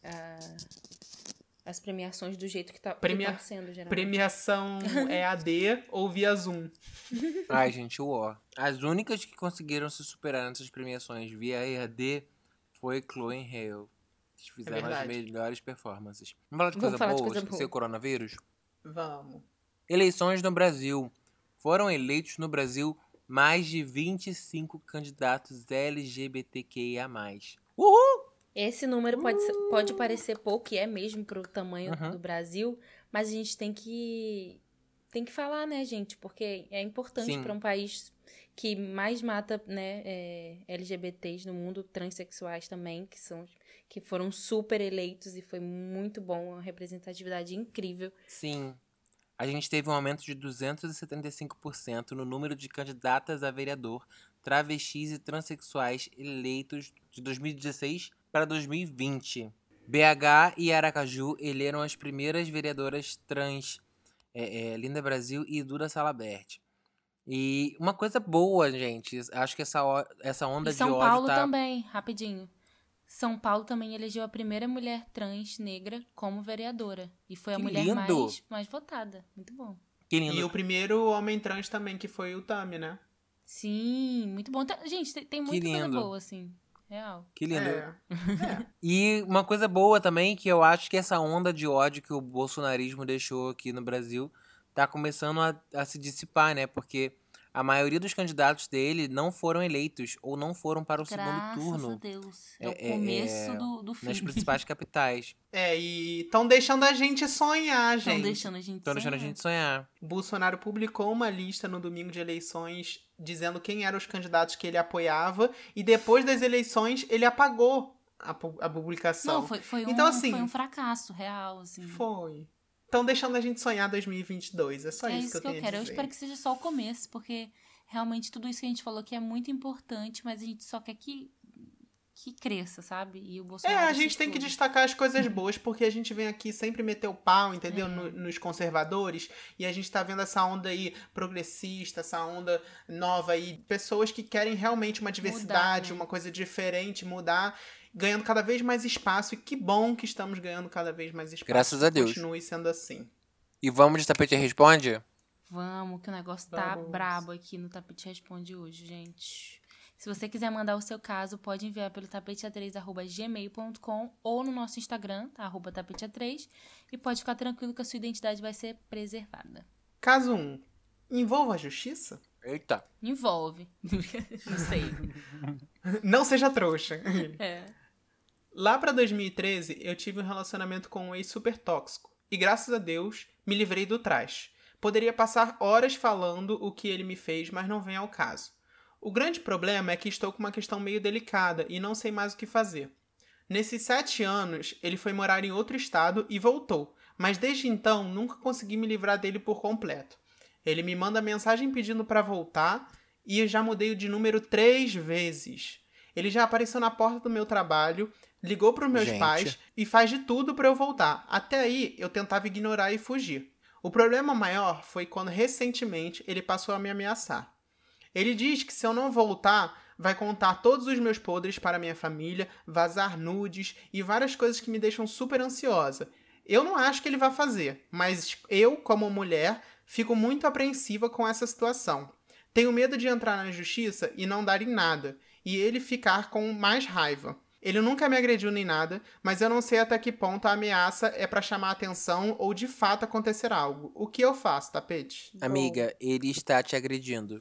as premiações do jeito que tá sendo, geralmente. Premiação EAD ou via Zoom. Ai, gente, as únicas que conseguiram se superar nessas premiações via EAD foi Chloe e Hale. Eles fizeram as melhores performances. Vamos falar de coisa boa? Esquecer o coronavírus? Vamos. Eleições no Brasil. Foram eleitos no Brasil mais de 25 candidatos LGBTQIA+. Uhul! Esse número pode parecer pouco, e é mesmo pro tamanho do Brasil, mas a gente tem que falar, né, gente? Porque é importante para um país que mais mata, né, LGBTs no mundo, transexuais também, que foram super eleitos, e foi muito bom, uma representatividade incrível. Sim. A gente teve um aumento de 275% no número de candidatas a vereador, travestis e transexuais eleitos de 2016 para 2020. BH e Aracaju elegeram as primeiras vereadoras trans, Linda Brasil e Duda Salabert. E uma coisa boa, gente, acho que essa onda de ódio São Paulo também, rapidinho. São Paulo também elegeu a primeira mulher trans negra como vereadora. E foi a mulher mais votada. Muito bom. Que lindo. E o primeiro homem trans também, que foi o Tami, né? Sim, muito bom. Gente, tem muita coisa boa, assim. Real. Que lindo. E uma coisa boa também, que eu acho que essa onda de ódio que o bolsonarismo deixou aqui no Brasil tá começando a se dissipar, né? Porque a maioria dos candidatos dele não foram eleitos ou não foram para o segundo Graças turno. a Deus. É o começo do fim. Nas principais capitais. E estão deixando a gente sonhar, Estão gente. deixando a gente Estão deixando a gente sonhar. Bolsonaro publicou uma lista no domingo de eleições dizendo quem eram os candidatos que ele apoiava e depois das eleições ele apagou a publicação. Não, foi então, assim, um fracasso real, assim. Foi. Estão deixando a gente sonhar 2022. É só isso que eu tenho a quero. dizer. Eu espero que seja só o começo, porque realmente tudo isso que a gente falou aqui é muito importante, mas a gente só quer que cresça, sabe? E o Bolsonaro a gente tem que destacar as coisas boas, porque a gente vem aqui sempre meter o pau, entendeu? Nos conservadores, e a gente tá vendo essa onda aí progressista, essa onda nova aí, pessoas que querem realmente uma diversidade, uma coisa diferente, mudar, ganhando cada vez mais espaço, e que bom que estamos ganhando cada vez mais espaço. Graças a Deus. Continue sendo assim. E vamos de Tapete Responde? Vamos, que o negócio tá brabo aqui no Tapete Responde hoje, gente. Se você quiser mandar o seu caso, pode enviar pelo tapetea3@gmail.com ou no nosso Instagram, tá? @tapetea3, e pode ficar tranquilo que a sua identidade vai ser preservada. Caso 1. Envolva a justiça? Eita. Envolve. Não sei. Não seja trouxa. É. Lá pra 2013, eu tive um relacionamento com um ex super tóxico. E graças a Deus, me livrei do trash. Poderia passar horas falando o que ele me fez, mas não vem ao caso. O grande problema é que estou com uma questão meio delicada e não sei mais o que fazer. Nesses 7 anos, ele foi morar em outro estado e voltou, mas desde então nunca consegui me livrar dele por completo. Ele me manda mensagem pedindo para voltar e eu já mudei de número 3 vezes. Ele já apareceu na porta do meu trabalho, ligou para os meus pais e faz de tudo para eu voltar. Até aí, eu tentava ignorar e fugir. O problema maior foi quando recentemente ele passou a me ameaçar. Ele diz que se eu não voltar, vai contar todos os meus podres para minha família, vazar nudes e várias coisas que me deixam super ansiosa. Eu não acho que ele vai fazer, mas eu, como mulher, fico muito apreensiva com essa situação. Tenho medo de entrar na justiça e não dar em nada, e ele ficar com mais raiva. Ele nunca me agrediu nem nada, mas eu não sei até que ponto a ameaça é pra chamar atenção ou de fato acontecer algo. O que eu faço, Tapete? Amiga, ele está te agredindo.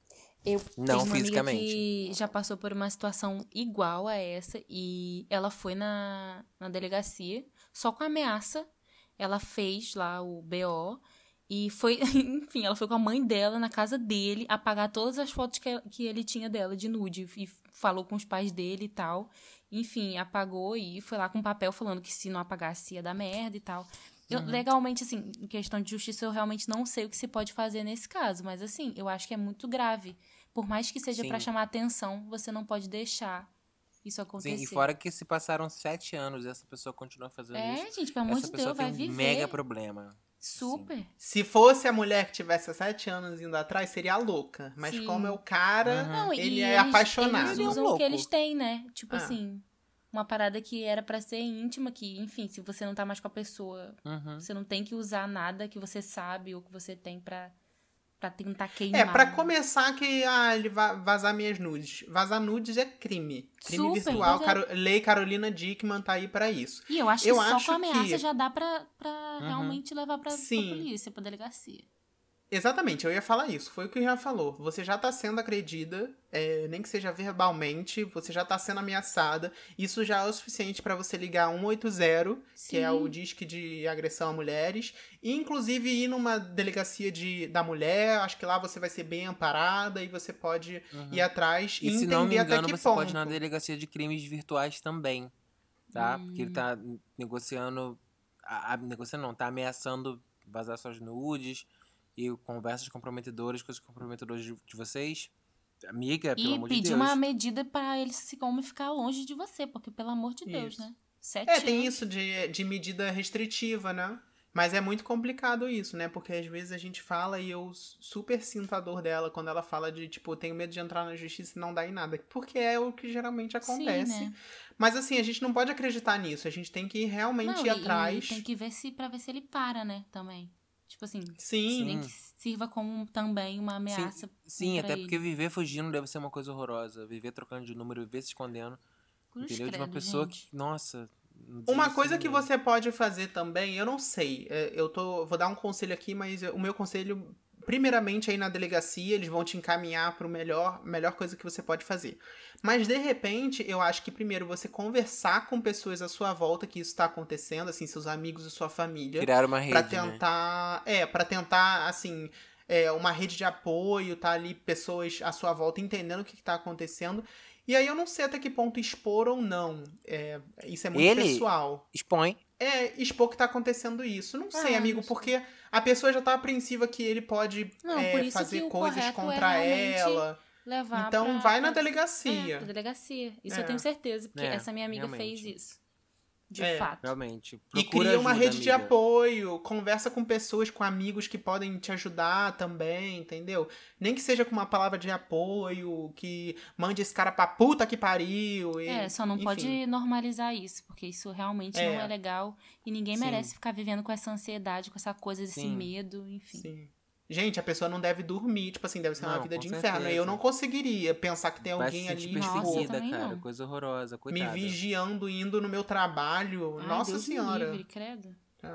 Eu não tenho uma fisicamente. amiga que já passou por uma situação igual a essa e ela foi na delegacia, só com ameaça. Ela fez lá o BO e foi, enfim, ela foi com a mãe dela na casa dele apagar todas as fotos que ele tinha dela de nude e falou com os pais dele e tal. Enfim, apagou e foi lá com papel falando que se não apagasse ia dar merda e tal. Legalmente, assim, em questão de justiça, eu realmente não sei o que se pode fazer nesse caso. Mas, assim, eu acho que é muito grave. Por mais que seja pra chamar atenção, você não pode deixar isso acontecer. Sim, e fora que se passaram 7 anos e essa pessoa continua fazendo isso. Gente, pelo amor de Deus, vai viver. Mega problema. Super. Sim. Se fosse a mulher que tivesse 7 anos indo atrás, seria a louca. Mas como é o cara, não, ele é apaixonado. Eles usam o que eles têm, né? Tipo assim, uma parada que era pra ser íntima, que, enfim, se você não tá mais com a pessoa, você não tem que usar nada que você sabe ou que você tem pra tentar queimar. Pra começar que ele vai vazar minhas nudes. Vazar nudes é crime. Crime virtual. Lei Carolina Dickmann tá aí pra isso. E eu acho que só com a ameaça já dá pra realmente levar pra polícia, pra delegacia. Exatamente, eu ia falar isso. Foi o que o Ian falou. Você já tá sendo agredida, nem que seja verbalmente, você já tá sendo ameaçada. Isso já é o suficiente pra você ligar 180, que é o disque de agressão a mulheres. E, inclusive, ir numa delegacia da mulher. Acho que lá você vai ser bem amparada e você pode ir atrás e entender se não me engano, até que você ponto. pode ir na delegacia de crimes virtuais também, tá? Porque ele tá negociando... negociando não, tá ameaçando vazar suas nudes... E conversas comprometedoras com os comprometedores de vocês. Amiga, pelo amor de Deus. E pedir uma medida pra eles ficar longe de você. Porque, pelo amor de Deus, né? 7 anos. Tem isso de medida restritiva, né? Mas é muito complicado isso, né? Porque às vezes a gente fala e eu super sinto a dor dela quando ela fala de, tipo, tenho medo de entrar na justiça e não dar em nada. Porque é o que geralmente acontece. Sim, né? Mas assim, a gente não pode acreditar nisso. A gente tem que realmente ir atrás. E tem que ver pra ver se ele para, né? Também. Tipo assim, nem que sirva como também uma ameaça. Sim, até porque viver fugindo deve ser uma coisa horrorosa. Viver trocando de número, viver se escondendo. Entendeu? De uma pessoa que, nossa... Uma coisa que você pode fazer também, eu não sei, vou dar um conselho aqui, mas o meu conselho primeiramente aí na delegacia, eles vão te encaminhar para melhor coisa que você pode fazer. Mas, de repente, eu acho que primeiro você conversar com pessoas à sua volta que isso tá acontecendo, assim, seus amigos e sua família. Criar uma rede, pra tentar, pra tentar, assim, uma rede de apoio, tá ali pessoas à sua volta entendendo o que tá acontecendo. E aí eu não sei até que ponto expor ou não. Isso é muito pessoal. Expõe. Expor que tá acontecendo isso. Não sei, amigo, porque a pessoa já tá apreensiva que ele pode fazer coisas contra ela. Levar então vai na delegacia. Na delegacia. Isso eu tenho certeza, porque essa minha amiga fez isso. De fato. Realmente. E cria uma rede de apoio, conversa com pessoas, com amigos que podem te ajudar também, entendeu? Nem que seja com uma palavra de apoio, que mande esse cara pra puta que pariu. Só não pode normalizar isso, porque isso realmente não é legal e ninguém merece ficar vivendo com essa ansiedade, com essa coisa desse medo, enfim. Sim. Gente, a pessoa não deve dormir, tipo assim, deve ser uma vida de inferno. Eu não conseguiria pensar que tem alguém ali perseguida, cara, coisa horrorosa, coitada. Me vigiando, indo no meu trabalho. Nossa Deus Senhora. Me livre, credo.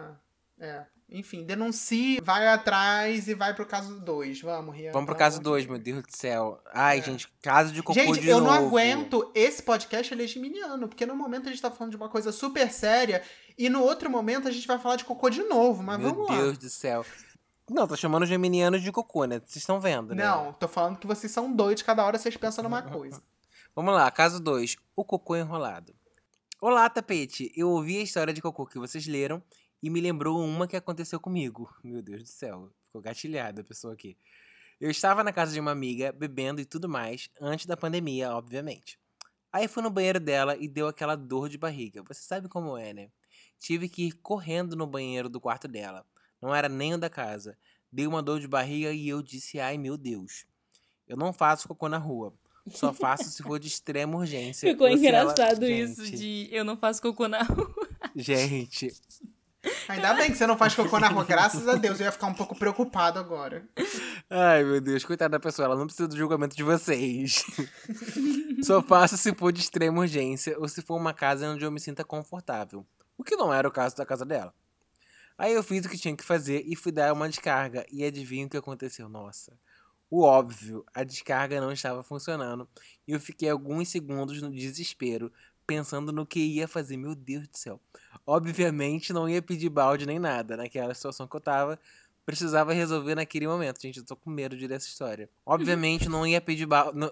Enfim, denuncie, vai atrás e vai pro caso 2. Vamos, Rian. Vamos pro caso 2, meu Deus do céu. Ai, gente, caso de cocô de novo. Gente, eu não aguento. Esse podcast é geminiano, porque no momento a gente tá falando de uma coisa super séria e no outro momento a gente vai falar de cocô de novo, mas vamos lá. Meu Deus do céu. Não, tô chamando os geminianos de cocô, né? Vocês estão vendo, né? Não, tô falando que vocês são doidos, cada hora vocês pensam numa coisa. Vamos lá, caso 2. O cocô enrolado. Olá, tapete. Eu ouvi a história de cocô que vocês leram e me lembrou uma que aconteceu comigo. Meu Deus do céu. Ficou gatilhada a pessoa aqui. Eu estava na casa de uma amiga, bebendo e tudo mais, antes da pandemia, obviamente. Aí fui no banheiro dela e deu aquela dor de barriga. Você sabe como é, né? Tive que ir correndo no banheiro do quarto dela. Não era nem o da casa. Dei uma dor de barriga e eu disse, ai meu Deus. Eu não faço cocô na rua. Só faço se for de extrema urgência. Ficou engraçado isso de eu não faço cocô na rua. Gente. Ainda bem que você não faz cocô na rua, graças a Deus. Eu ia ficar um pouco preocupado agora. Ai, meu Deus, coitada da pessoa, ela não precisa do julgamento de vocês. Só faço se for de extrema urgência ou se for uma casa onde eu me sinta confortável. O que não era o caso da casa dela. Aí eu fiz o que tinha que fazer e fui dar uma descarga. E adivinha o que aconteceu? Nossa. O óbvio, a descarga não estava funcionando. E eu fiquei alguns segundos no desespero, pensando no que ia fazer. Meu Deus do céu. Obviamente não ia pedir balde nem nada. Naquela situação que eu tava, precisava resolver naquele momento. Gente, eu tô com medo de ler essa história. Obviamente não ia pedir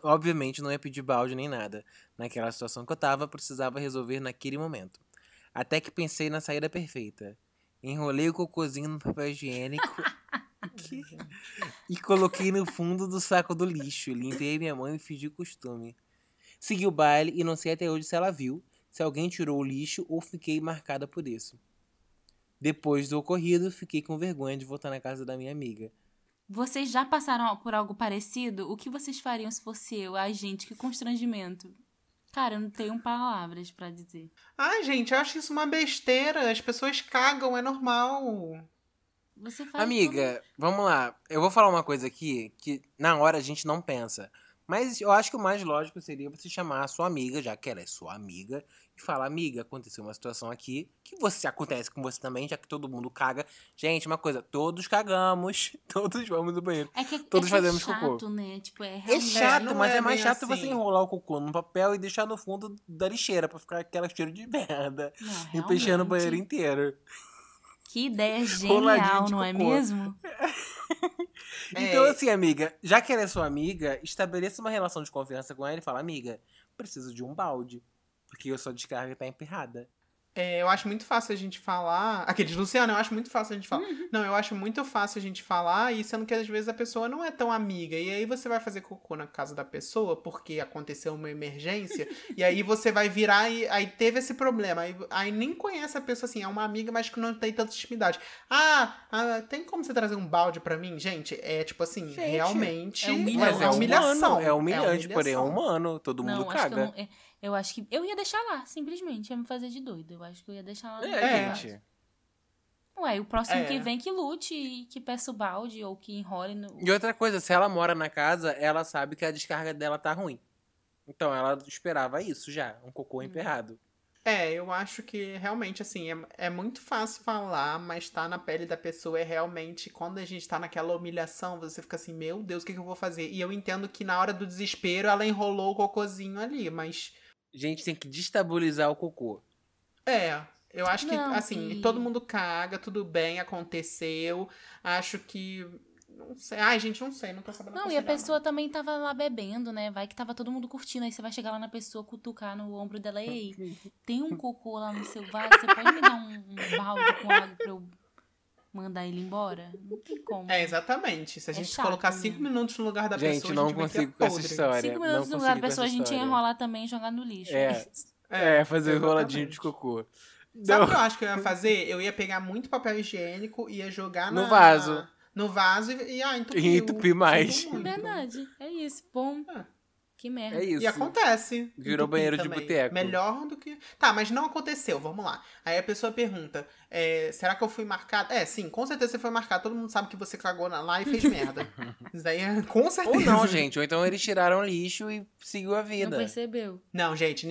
balde nem nada. Naquela situação que eu tava, precisava resolver naquele momento. Até que pensei na saída perfeita. Enrolei o cocôzinho no papel higiênico e coloquei no fundo do saco do lixo. Limpei minha mão e fiz de costume. Segui o baile e não sei até hoje se ela viu, se alguém tirou o lixo ou fiquei marcada por isso. Depois do ocorrido, fiquei com vergonha de voltar na casa da minha amiga. Vocês já passaram por algo parecido? O que vocês fariam se fosse eu? Ai, gente, que constrangimento. Cara, eu não tenho palavras pra dizer. Ai, gente, eu acho isso uma besteira. As pessoas cagam, é normal. Você faz Amiga, vamos lá. Eu vou falar uma coisa aqui que na hora a gente não pensa. Mas eu acho que o mais lógico seria você chamar a sua amiga, já que ela é sua amiga, e falar, amiga, aconteceu uma situação aqui, que acontece com você também, já que todo mundo caga. Gente, uma coisa, todos cagamos, todos vamos no banheiro, todos fazemos chato, cocô. Né? Tipo, é chato, mas é mais chato assim. você enrolar o cocô num papel e deixar no fundo da lixeira, pra ficar aquele cheiro de merda, empechando o banheiro inteiro. Que ideia genial, não é mesmo? Então, assim, amiga, já que ela é sua amiga, estabeleça uma relação de confiança com ela e fala, amiga, preciso de um balde, porque a sua descarga tá emperrada. Eu acho muito fácil a gente falar... Aqueles, Luciano, eu acho muito fácil a gente falar. Não, eu acho muito fácil a gente falar, e sendo que às vezes a pessoa não é tão amiga. E aí você vai fazer cocô na casa da pessoa porque aconteceu uma emergência, e aí você vai virar e aí teve esse problema. Aí nem conhece a pessoa assim, é uma amiga, mas que não tem tanta intimidade. Tem como você trazer um balde pra mim? Gente, é tipo assim, gente, realmente... É humilhação. É humilhante, porém é humano. Todo mundo caga. Eu acho que eu ia deixar lá, simplesmente. Ia me fazer de doido. Eu acho que eu ia deixar lá. Gente. Ué, o próximo que vem que lute e que peça o balde ou que enrole no... E outra coisa, se ela mora na casa, ela sabe que a descarga dela tá ruim. Então ela esperava isso já, um cocô emperrado. Eu acho que realmente, assim, é muito fácil falar, mas tá na pele da pessoa é realmente, quando a gente tá naquela humilhação, você fica assim, meu Deus, o que eu vou fazer? E eu entendo que na hora do desespero ela enrolou o cocôzinho ali, mas... Gente, tem que destabilizar o cocô. Eu acho que, Não, assim, todo mundo caga, tudo bem, aconteceu. Acho que. Não sei. Ai, gente, não sei, não tô sabendo Não, e a aconselhar, pessoa não. também tava lá bebendo, né? Vai que tava todo mundo curtindo. Aí você vai chegar lá na pessoa, cutucar no ombro dela. Ei, tem um cocô lá no seu vaso? Você pode me dar um balde com água pra eu mandar ele embora? Não tem como. Exatamente. Se a gente chato colocar mesmo. 5 minutos no lugar da Gente, pessoa, a não gente vai ter consigo com essa podre. história. 5 Não minutos no lugar consigo da com pessoa, a essa gente ia história. enrolar também e jogar no lixo. Fazer o roladinho de exatamente. cocô. Sabe Não. o que eu acho que eu ia fazer? Eu ia pegar muito papel higiênico, ia jogar No vaso. no vaso e E entupiu. entupir mais. Sinto muito. Verdade, é isso. Bom, É. que merda. É isso. E acontece. Virou Entupir banheiro de também. boteco. Melhor do que... Tá, mas não aconteceu, vamos lá. Aí a pessoa pergunta, será que eu fui marcado? Sim, com certeza você foi marcado. Todo mundo sabe que você cagou lá e fez merda. Isso daí é com certeza. Ou não, gente. Ou então eles tiraram lixo e seguiu a Não vida. percebeu. Não, gente,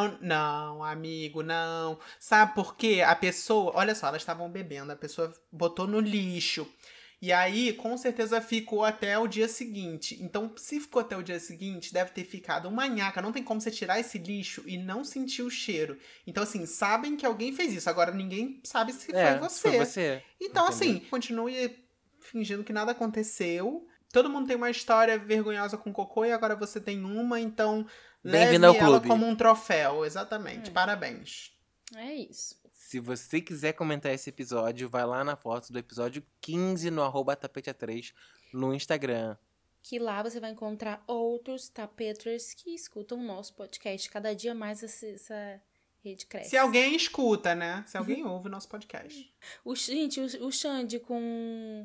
não, amigo, não. Sabe por quê? A pessoa, olha só, elas estavam bebendo, a pessoa botou no lixo. E aí, com certeza, ficou até o dia seguinte. Então, se ficou até o dia seguinte, deve ter ficado uma nhaca. Não tem como você tirar esse lixo e não sentir o cheiro. Então, assim, sabem que alguém fez isso. Agora, ninguém sabe se foi você. Foi você. Então, Entendeu? assim, continue fingindo que nada aconteceu. Todo mundo tem uma história vergonhosa com cocô e agora você tem uma, então leve Bem-vindo ao ela clube. como um troféu. Exatamente. Parabéns. É isso. Se você quiser comentar esse episódio, vai lá na foto do episódio 15 no @tapetea3 no Instagram. Que lá você vai encontrar outros tapeters que escutam o nosso podcast. Cada dia mais essa rede cresce. Se alguém escuta, né? Se alguém ouve o nosso podcast. Gente, o Xande com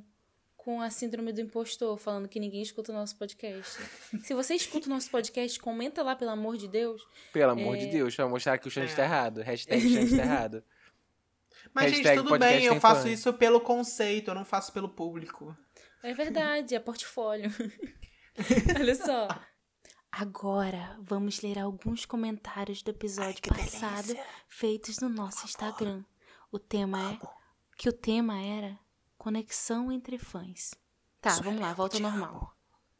a síndrome do impostor, falando que ninguém escuta o nosso podcast. Se você escuta o nosso podcast, comenta lá, pelo amor de Deus. Pelo amor de Deus, pra mostrar que o Xande tá errado. Hashtag Xande tá errado. Mas, Hashtag gente, tudo podcast bem, eu sem faço fã. isso pelo conceito, eu não faço pelo público. É verdade, é portfólio. Olha só. Agora, vamos ler alguns comentários do episódio passado feitos no nosso Instagram. O tema era conexão entre fãs. Tá, vamos lá, volta ao normal.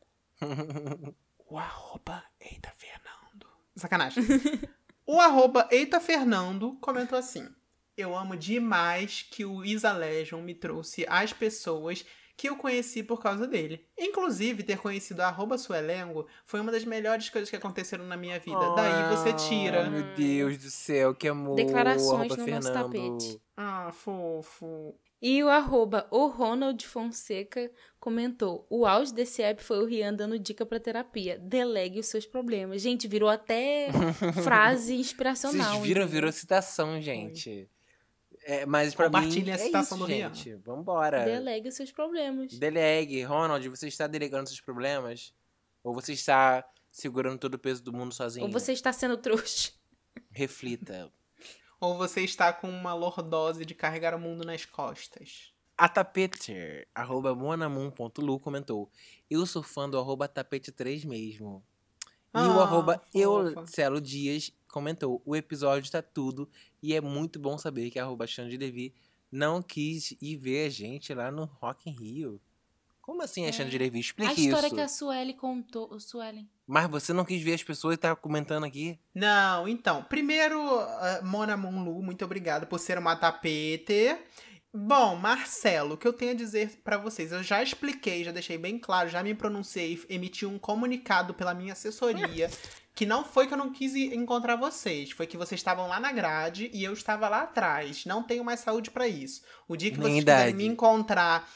O @EitaFernando. Sacanagem. O @EitaFernando comentou assim: eu amo demais que o Isa Legion me trouxe as pessoas que eu conheci por causa dele. Inclusive, ter conhecido a @Suelengo foi uma das melhores coisas que aconteceram na minha vida. Daí você tira. Meu Deus do céu, que amor. Declarações no Fernando. nosso tapete. Ah, fofo. E o Ronald Fonseca comentou: o auge desse app foi o Rian dando dica pra terapia. Delegue os seus problemas. Gente, virou até frase inspiracional. Vocês viram, entendeu? virou citação, gente. Mas pra mim, Compartilhe a é citação isso, do Rian. gente. Vambora. Delegue os seus problemas. Delegue. Ronald, você está delegando seus problemas? Ou você está segurando todo o peso do mundo sozinho? Ou você está sendo trouxa. Reflita. Ou você está com uma lordose de carregar o mundo nas costas. A Tapeter, @monamoon.lu, comentou: eu sou fã do @tapete3 mesmo. E o fofa. @eucelo Dias comentou: o episódio tá tudo e é muito bom saber que a Xande Levi não quis ir ver a gente lá no Rock in Rio. Como assim a Xande Levi? A Explique história isso. que a Sueli contou. Sueli. Mas você não quis ver as pessoas e tá comentando aqui? Não, então. Primeiro, Mona Moonlu, muito obrigada por ser uma tapete. Bom, Marcelo, o que eu tenho a dizer pra vocês? Eu já expliquei, já deixei bem claro, já me pronunciei, emiti um comunicado pela minha assessoria, que não foi que eu não quis encontrar vocês, foi que vocês estavam lá na grade e eu estava lá atrás. Não tenho mais saúde pra isso. O dia que Nem vocês idade. quiserem me encontrar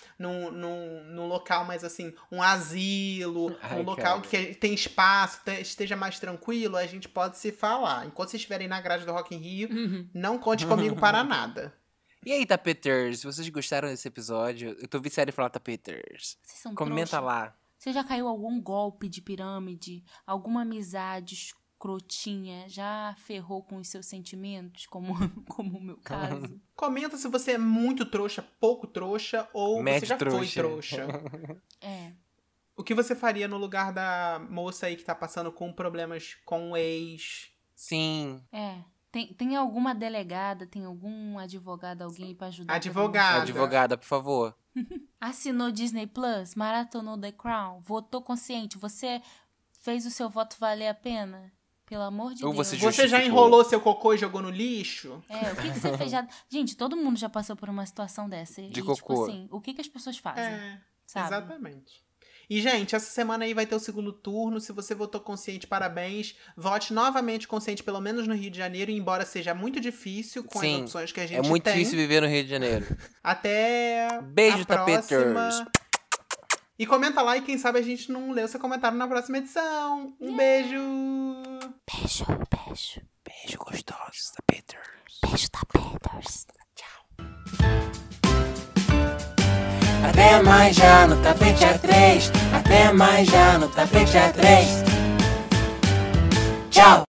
num local mais assim, um asilo, Ai, um local cara. que tem espaço, esteja mais tranquilo, a gente pode se falar. Enquanto vocês estiverem na grade do Rock in Rio, não conte comigo para nada. E aí, Tapeters, se vocês gostaram desse episódio, eu tô viciado em falar Tapeters. Vocês são Comenta trouxa? lá. Você já caiu algum golpe de pirâmide? Alguma amizade escrotinha? Já ferrou com os seus sentimentos? Como o meu caso? Comenta se você é muito trouxa, pouco trouxa, ou Médio você já trouxa. foi trouxa. É. O que você faria no lugar da moça aí que tá passando com problemas com o ex? Sim. É. Tem alguma delegada, tem algum advogado, alguém pra ajudar? Advogada, por favor. Assinou Disney Plus, maratonou The Crown, votou consciente. Você fez o seu voto valer a pena? Pelo amor de Ou Deus. Você já enrolou seu cocô e jogou no lixo? O que você fez? Gente, todo mundo já passou por uma situação dessa. De cocô. Tipo assim, o que as pessoas fazem? Sabe? Exatamente. E, gente, essa semana aí vai ter o segundo turno. Se você votou consciente, parabéns. Vote novamente consciente, pelo menos no Rio de Janeiro, embora seja muito difícil com as opções que a gente tem. É muito difícil viver no Rio de Janeiro. Até Beijo, a próxima. tapeters. E comenta lá e quem sabe a gente não lê o seu comentário na próxima edição. Um beijo! Beijo. Beijo gostoso, tapeters. Beijo, tapeters. Tchau. Até mais já no Tapete A3. Até mais já no Tapete A3. Tchau!